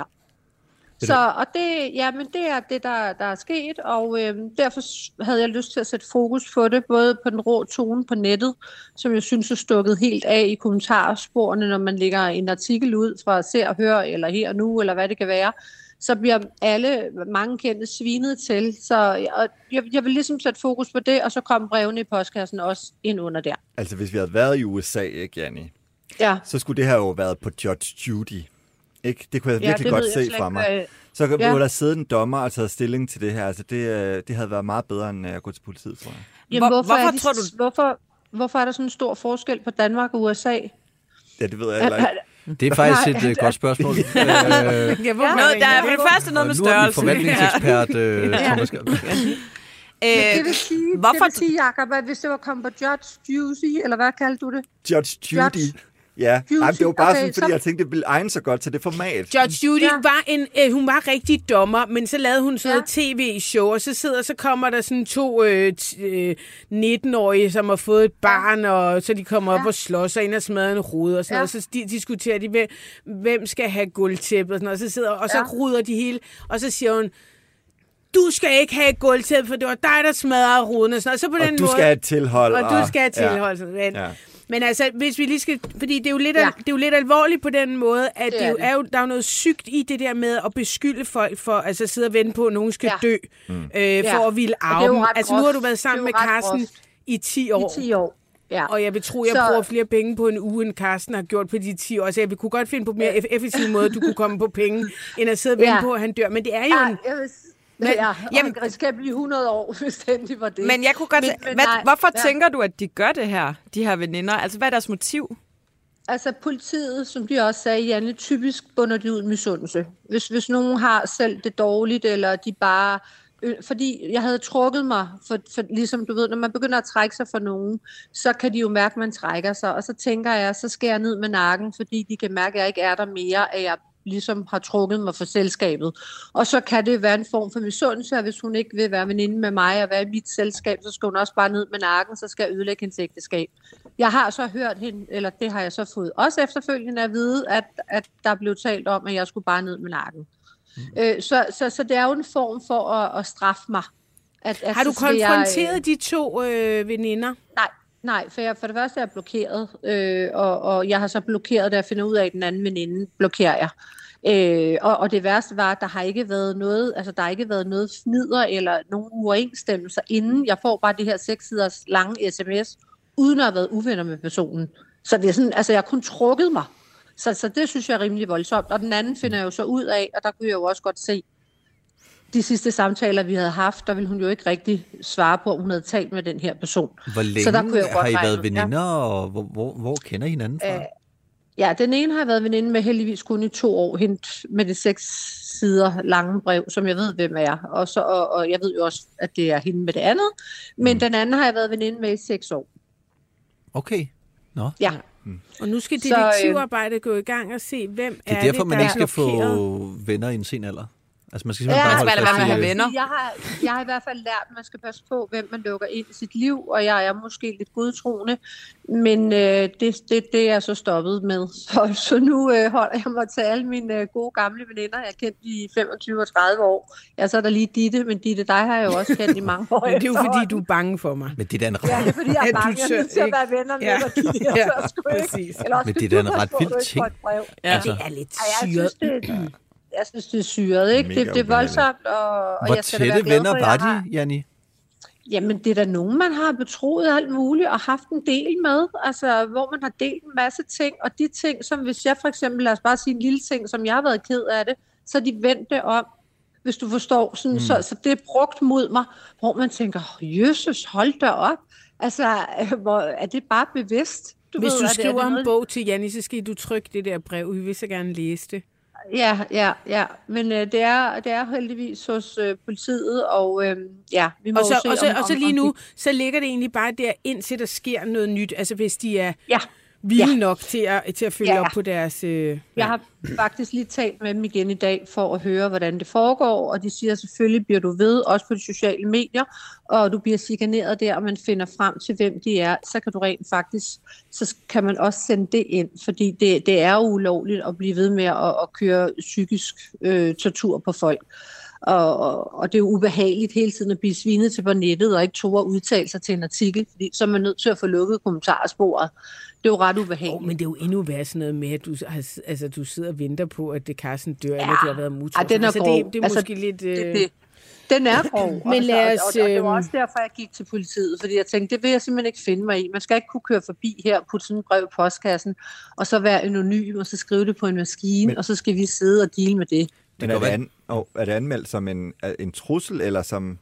Og det er det, der er sket, og derfor havde jeg lyst til at sætte fokus på det, både på den rå tone på nettet, som jeg synes er stukket helt af i kommentarsporene, når man lægger en artikel ud fra Se og Hør, eller Her og Nu, eller hvad det kan være, så bliver mange kendte svinet til. Så jeg vil ligesom sætte fokus på det, og så kom brevene i postkassen også ind under der. Altså, hvis vi havde været i USA, ikke, Janni? Ja. Så skulle det her jo været på Judge Judy. Ikke? Det kunne jeg virkelig godt se fra mig. Så kunne der sidde en dommer og tage stilling til det her. Altså, det havde været meget bedre, end at gå til politiet, tror jeg. Jamen, hvorfor er der sådan en stor forskel på Danmark og USA? Ja, det ved jeg heller ikke. Det er faktisk et godt spørsmål. Der er for det første noget med størrelse. Nu er vi forvaltningsekspert, Thomas. Det vil sige, Jacob, at hvis det var kommet på Judge Judy, eller hvad kaldte du det? Judge Judy. Ja, det var bare sådan, fordi jeg tænkte, det ville egne så godt til det format. Judge Judy hun var rigtig dommer, men så lavede hun sådan et tv-show, og så kommer der sådan 2 19-årige, som har fået et barn, og så de kommer op og slås, og en har smadret en rude, og sådan noget, og så diskuterer de, hvem skal have gulvtæppet, og sådan noget, og så ruder de hele, og så siger hun, du skal ikke have et gulvtæppe, for det var dig, der smadrede ruden, og sådan noget. Så på den du skal have et tilhold. Og du skal have tilhold. Ja. Men altså, hvis vi lige skal... Fordi det er jo lidt alvorligt på den måde, at der er jo noget sygt i det der med at beskylde folk for at sidde og vente på, at nogen skal dø, for at ville arve dem. Altså, nu har du været sammen med Carsten i 10 år. I 10 år. Ja. Og jeg vil tro, jeg bruger flere penge på en uge, end Carsten har gjort på de 10 år. Så jeg kunne godt finde på mere effektiv måde, du kunne komme på penge, end at sidde og vente på, at han dør. Men det er jo en... Jamen, det skal blive 100 år, hvis det var det. Men jeg kunne godt... Hvorfor tænker du, at de gør det her, de her veninder? Altså, hvad er deres motiv? Altså, politiet, som de også sagde, Janne, typisk bunder de ud med misundelse. Hvis nogen har selv det dårligt, eller de bare... Fordi jeg havde trukket mig, for ligesom du ved, når man begynder at trække sig for nogen, så kan de jo mærke, at man trækker sig. Og så tænker jeg, så skal jeg ned med nakken, fordi de kan mærke, at jeg ikke er der mere, at jeg ligesom har trukket mig for selskabet. Og så kan det være en form for misundelse, at hvis hun ikke vil være veninde med mig og være i mit selskab, så skal hun også bare ned med nakken, så skal jeg ødelægge hendes ægteskab. Jeg har så hørt hende, eller det har jeg så fået også efterfølgende at vide, at der blev talt om, at jeg skulle bare ned med nakken. Så det er jo en form for at straffe mig. Har du konfronteret de 2 veninder? Nej, for det første er jeg blokeret, og jeg har så blokeret, da jeg finder ud af, at den anden veninde blokerer jeg. Og det værste var, at der har ikke været noget fnider eller nogen uoverensstemmelser, inden jeg får bare det her 6 siders lange sms, uden at have været uvenner med personen. Så det er sådan, altså jeg har kun trukket mig. Så det synes jeg er rimelig voldsomt. Og den anden finder jeg jo så ud af, og der kunne jeg jo også godt se, de sidste samtaler, vi havde haft, der ville hun jo ikke rigtig svare på, om hun havde talt med den her person. Hvor længe så der kunne jeg har I været veninder, og hvor kender I hinanden fra? Ja, den ene har jeg været veninde med heldigvis kun i 2 år, hende med det 6 sider lange brev, som jeg ved, hvem er. Og jeg ved jo også, at det er hende med det andet. Men den anden har jeg været veninde med i 6 år. Okay. Nå. Ja. Og nu skal detektivarbejdet gå i gang og se, hvem det er derfor, man ikke skal få venner i en sen alder. Altså, man skal simpelthen bare have venner. Jeg har i hvert fald lært, at man skal passe på, hvem man lukker ind i sit liv, og jeg er måske lidt godtroende, men det er så stoppet med. Så nu holder jeg mig til alle mine gode gamle veninder, jeg har kendt i 25 og 30 år. Ja, så er der lige Ditte, men Ditte, dig har jeg jo også kendt i mange år. Men det er jo fordi, du er bange for mig. Men det er en ret... Ja, det er fordi, jeg er bange. Jeg er nødt til at være venner med dig, Ditte. Men det er en ret vild ting. Ja, det er lidt syret. Jeg synes, det er syret, ikke? Det er voldsomt, og jeg skal da være glad for, venner var de, Janni? Jamen, det er da nogen, man har betroet alt muligt og haft en del med, altså, hvor man har delt en masse ting, og de ting, som hvis jeg for eksempel, lad os bare sige en lille ting, som jeg har været ked af det, så de vendte om, hvis du forstår, sådan, så det er brugt mod mig, hvor man tænker, jøsses, hold da op, altså, er det bare bevidst? Hvis du skriver en bog til Janni, så skal du trykke det der brev, vi vil så gerne læse det. Ja, men det er heldigvis hos politiet, og vi må så lige nu, så ligger det egentlig bare der, indtil der sker noget nyt. Altså hvis de er vilde nok til at følge op på deres... Jeg har faktisk lige talt med dem igen i dag for at høre, hvordan det foregår, og de siger, at selvfølgelig bliver du ved, også på de sociale medier, og du bliver chikaneret der, og man finder frem til, hvem de er, så kan du rent faktisk, så kan man også sende det ind, fordi det er jo ulovligt at blive ved med at køre psykisk tortur på folk. Og det er jo ubehageligt hele tiden at blive svinet til på nettet og ikke tog at udtale sig til en artikel, fordi så er man nødt til at få lukket kommentarsporet. Det er jo ret ubehageligt. Men det er jo endnu værre sådan noget med, at du sidder og venter på, at det Carsten dør, eller det har været mutuer. Den er grov. Det er måske lidt... Den er grov. Men lad os, og det var også derfor, jeg gik til politiet, fordi jeg tænkte, det vil jeg simpelthen ikke finde mig i. Man skal ikke kunne køre forbi her, putte sådan en brev i postkassen, og så være anonym, og så skrive det på en maskine, og så skal vi sidde og deale med det. Men er det anmeldt som en trussel, eller som...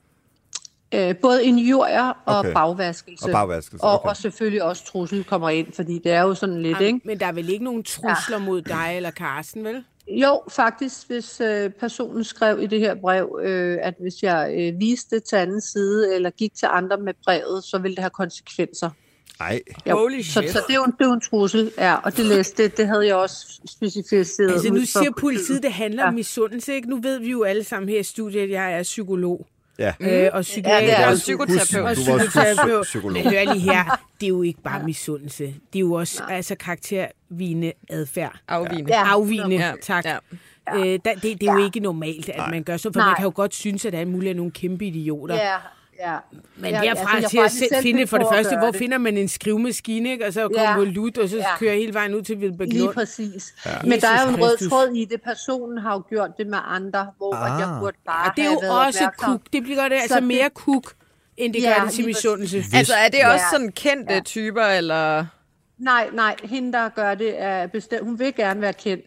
Både injurier og bagvaskelse. Okay. Og selvfølgelig også trussel kommer ind, fordi det er jo sådan lidt, ikke? Men der er vel ikke nogen trusler mod dig eller Carsten, vel? Jo, faktisk, hvis personen skrev i det her brev, at hvis jeg viste det til anden side, eller gik til andre med brevet, så ville det have konsekvenser. Nej. Holy shit. Så det er jo en trussel, og det havde jeg også specificeret. Altså nu siger politiet, det handler om misundelse, ikke? Nu ved vi jo alle sammen her i studiet, at jeg er psykolog. Ja. Og psykiater og psykoterapeut. Men hør lige her, det er jo ikke bare misundelse. Det er jo også karaktervigende adfærd. Afvigende, tak. Ja. Det er jo ikke normalt, at man gør så, for man kan jo godt synes, at der er muligt af nogle kæmpe idioter. Ja. Men derfra til at finde for det første, hvor finder man en skrivemaskine, ikke? Og så kommer Lut, og så kører hele vejen ud til Vilbæk Lund. Lige præcis. Ja. Men der er jo en rød tråd i det. Personen har jo gjort det med andre, hvor jeg burde bare det er jo også kuk. Det bliver det altså mere kuk, end det gør det til misundelse. Altså er det også sådan kendte typer, eller... Nej, hende der gør det er bestemt. Hun vil gerne være kendt.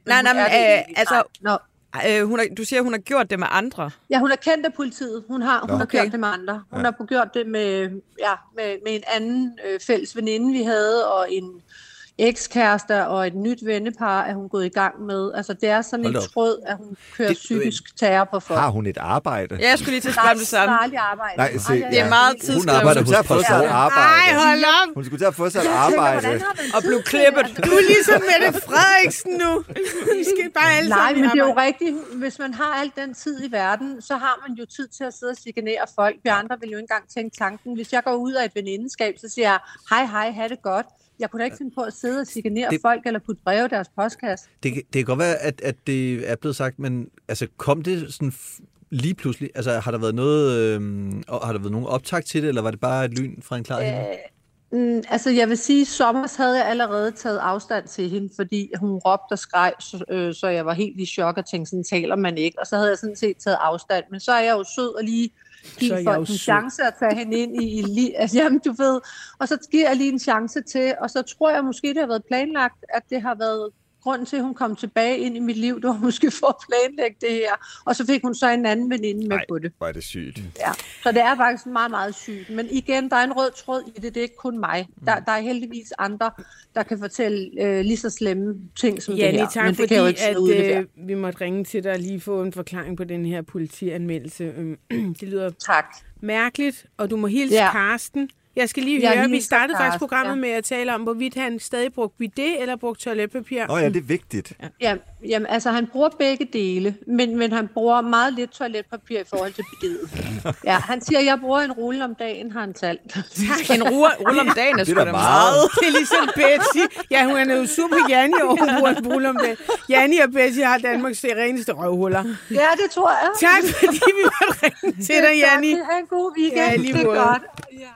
Du siger, hun har gjort det med andre? Ja, hun er kendt af politiet. Hun har gjort det med andre. Hun har gjort det med en anden fælles veninde, vi havde, og en ekskæreste og et nyt vennepar, er hun gået i gang med. Altså, det er sådan en tråd, at hun kører psykisk terror på folk. Har hun et arbejde? Ja, jeg skulle lige til at spørge det samme. Arbejde. Nej, det er meget tidskrævende. Hun arbejder hos PostNord. Nej, hold op! Hun skulle til at få sig et arbejde. Og blev klippet. Du er ligesom Mette Frederiksen nu. I skal bare alle Nej, men det er jo rigtigt. Hvis man har al den tid i verden, så har man jo tid til at sidde og chikanere folk. Vi andre vil jo ikke engang tænke tanken. Hvis jeg går ud af et venindeskab, så siger jeg, hej, ha' det godt. Jeg kunne da ikke finde på at sidde og chikanere folk eller putte breve i deres postkasse. Det kan godt være, at det er blevet sagt, men altså, kom det sådan lige pludselig? Altså, har der været nogen optakt til det, eller var det bare et lyn fra en klar himmel? Altså, jeg vil sige, at sommer havde jeg allerede taget afstand til hende, fordi hun råbte og skreg, så jeg var helt i chok og tænkte, sådan taler man ikke. Og så havde jeg sådan set taget afstand. Men så er jeg jo sød og lige give folk en chance at tage hende ind i altså, jamen, du ved. Og så giver jeg lige en chance til, og så tror jeg måske, det har været planlagt, at det har været grunden til, at hun kom tilbage ind i mit liv. Det var måske for at planlægge det her. Og så fik hun så en anden veninde med på det. Hvor er det sygt. Ja, så det er faktisk meget, meget sygt. Men igen, der er en rød tråd i det. Det er ikke kun mig. Der er heldigvis andre, der kan fortælle lige så slemme ting som det her. Tak, men det kan jo ikke at vi måtte ringe til dig og lige få en forklaring på den her politianmeldelse. Det lyder mærkeligt, og du må hilse Carsten. Jeg skal lige høre, vi startede faktisk programmet med at tale om, hvorvidt han stadig brugte bidet eller brugte toiletpapir. Ja, det er vigtigt. Jamen, altså han bruger begge dele, men han bruger meget lidt toiletpapir i forhold til bidet. Ja, han siger, at jeg bruger en rulle om dagen, har han talt. En rulle om dagen er sgu da meget. Det er ligesom Betsy. Ja, hun er jo super Janni, og hun bruger en rulle om dagen. Janni og Betsy har Danmarks reneste røvhuller. Ja, det tror jeg. Tak, fordi vi måtte ringe til dig, Janni. Ha' en god weekend. Ja, lige måde. Det er godt. Ja.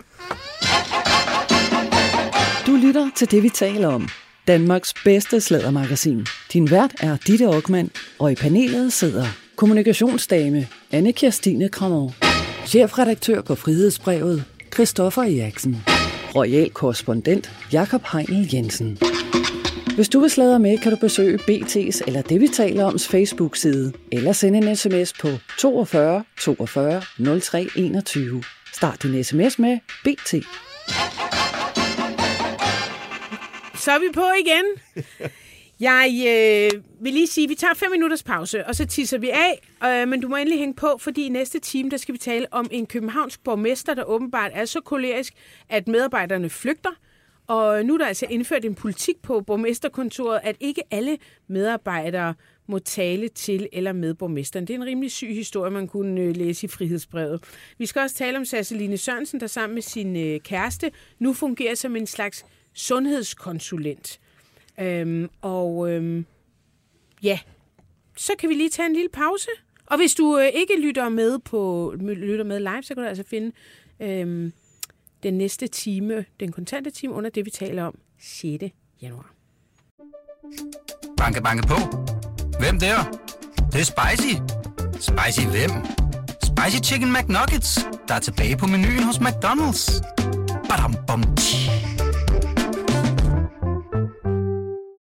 Du lytter til det, vi taler om. Danmarks bedste sladdermagasin. Din vært er Ditte Okman, og i panelet sidder kommunikationsdame Anne-Kirstine Krammer, chefredaktør på Frihedsbrevet Christoffer Eriksen, royal korrespondent Jakob Heinel Jensen. Hvis du vil sladre med, kan du besøge BT's eller det, vi taler oms Facebook-side, eller sende en sms på 42 42 03 21. Start din sms med BT. Så er vi på igen. Jeg vil lige sige, at vi tager 5 minutters pause, og så tisser vi af. Men du må endelig hænge på, fordi i næste time, der skal vi tale om en københavnsk borgmester, der åbenbart er så kolerisk, at medarbejderne flygter. Og nu er der altså indført en politik på borgmesterkontoret, at ikke alle medarbejdere må tale til eller med borgmesteren. Det er en rimelig syg historie, man kunne læse i Frihedsbrevet. Vi skal også tale om Sasseline Sørensen, der sammen med sin kæreste nu fungerer som en slags sundhedskonsulent. Så kan vi lige tage en lille pause. Og hvis du ikke lytter med live, så kan du altså finde den næste time, den kontante time, under det, vi taler om 6. januar. Banke, banke på. Hvem der? Det er spicy. Spicy hvem? Spicy Chicken McNuggets, der er tilbage på menuen hos McDonald's. Badum, bom, tji.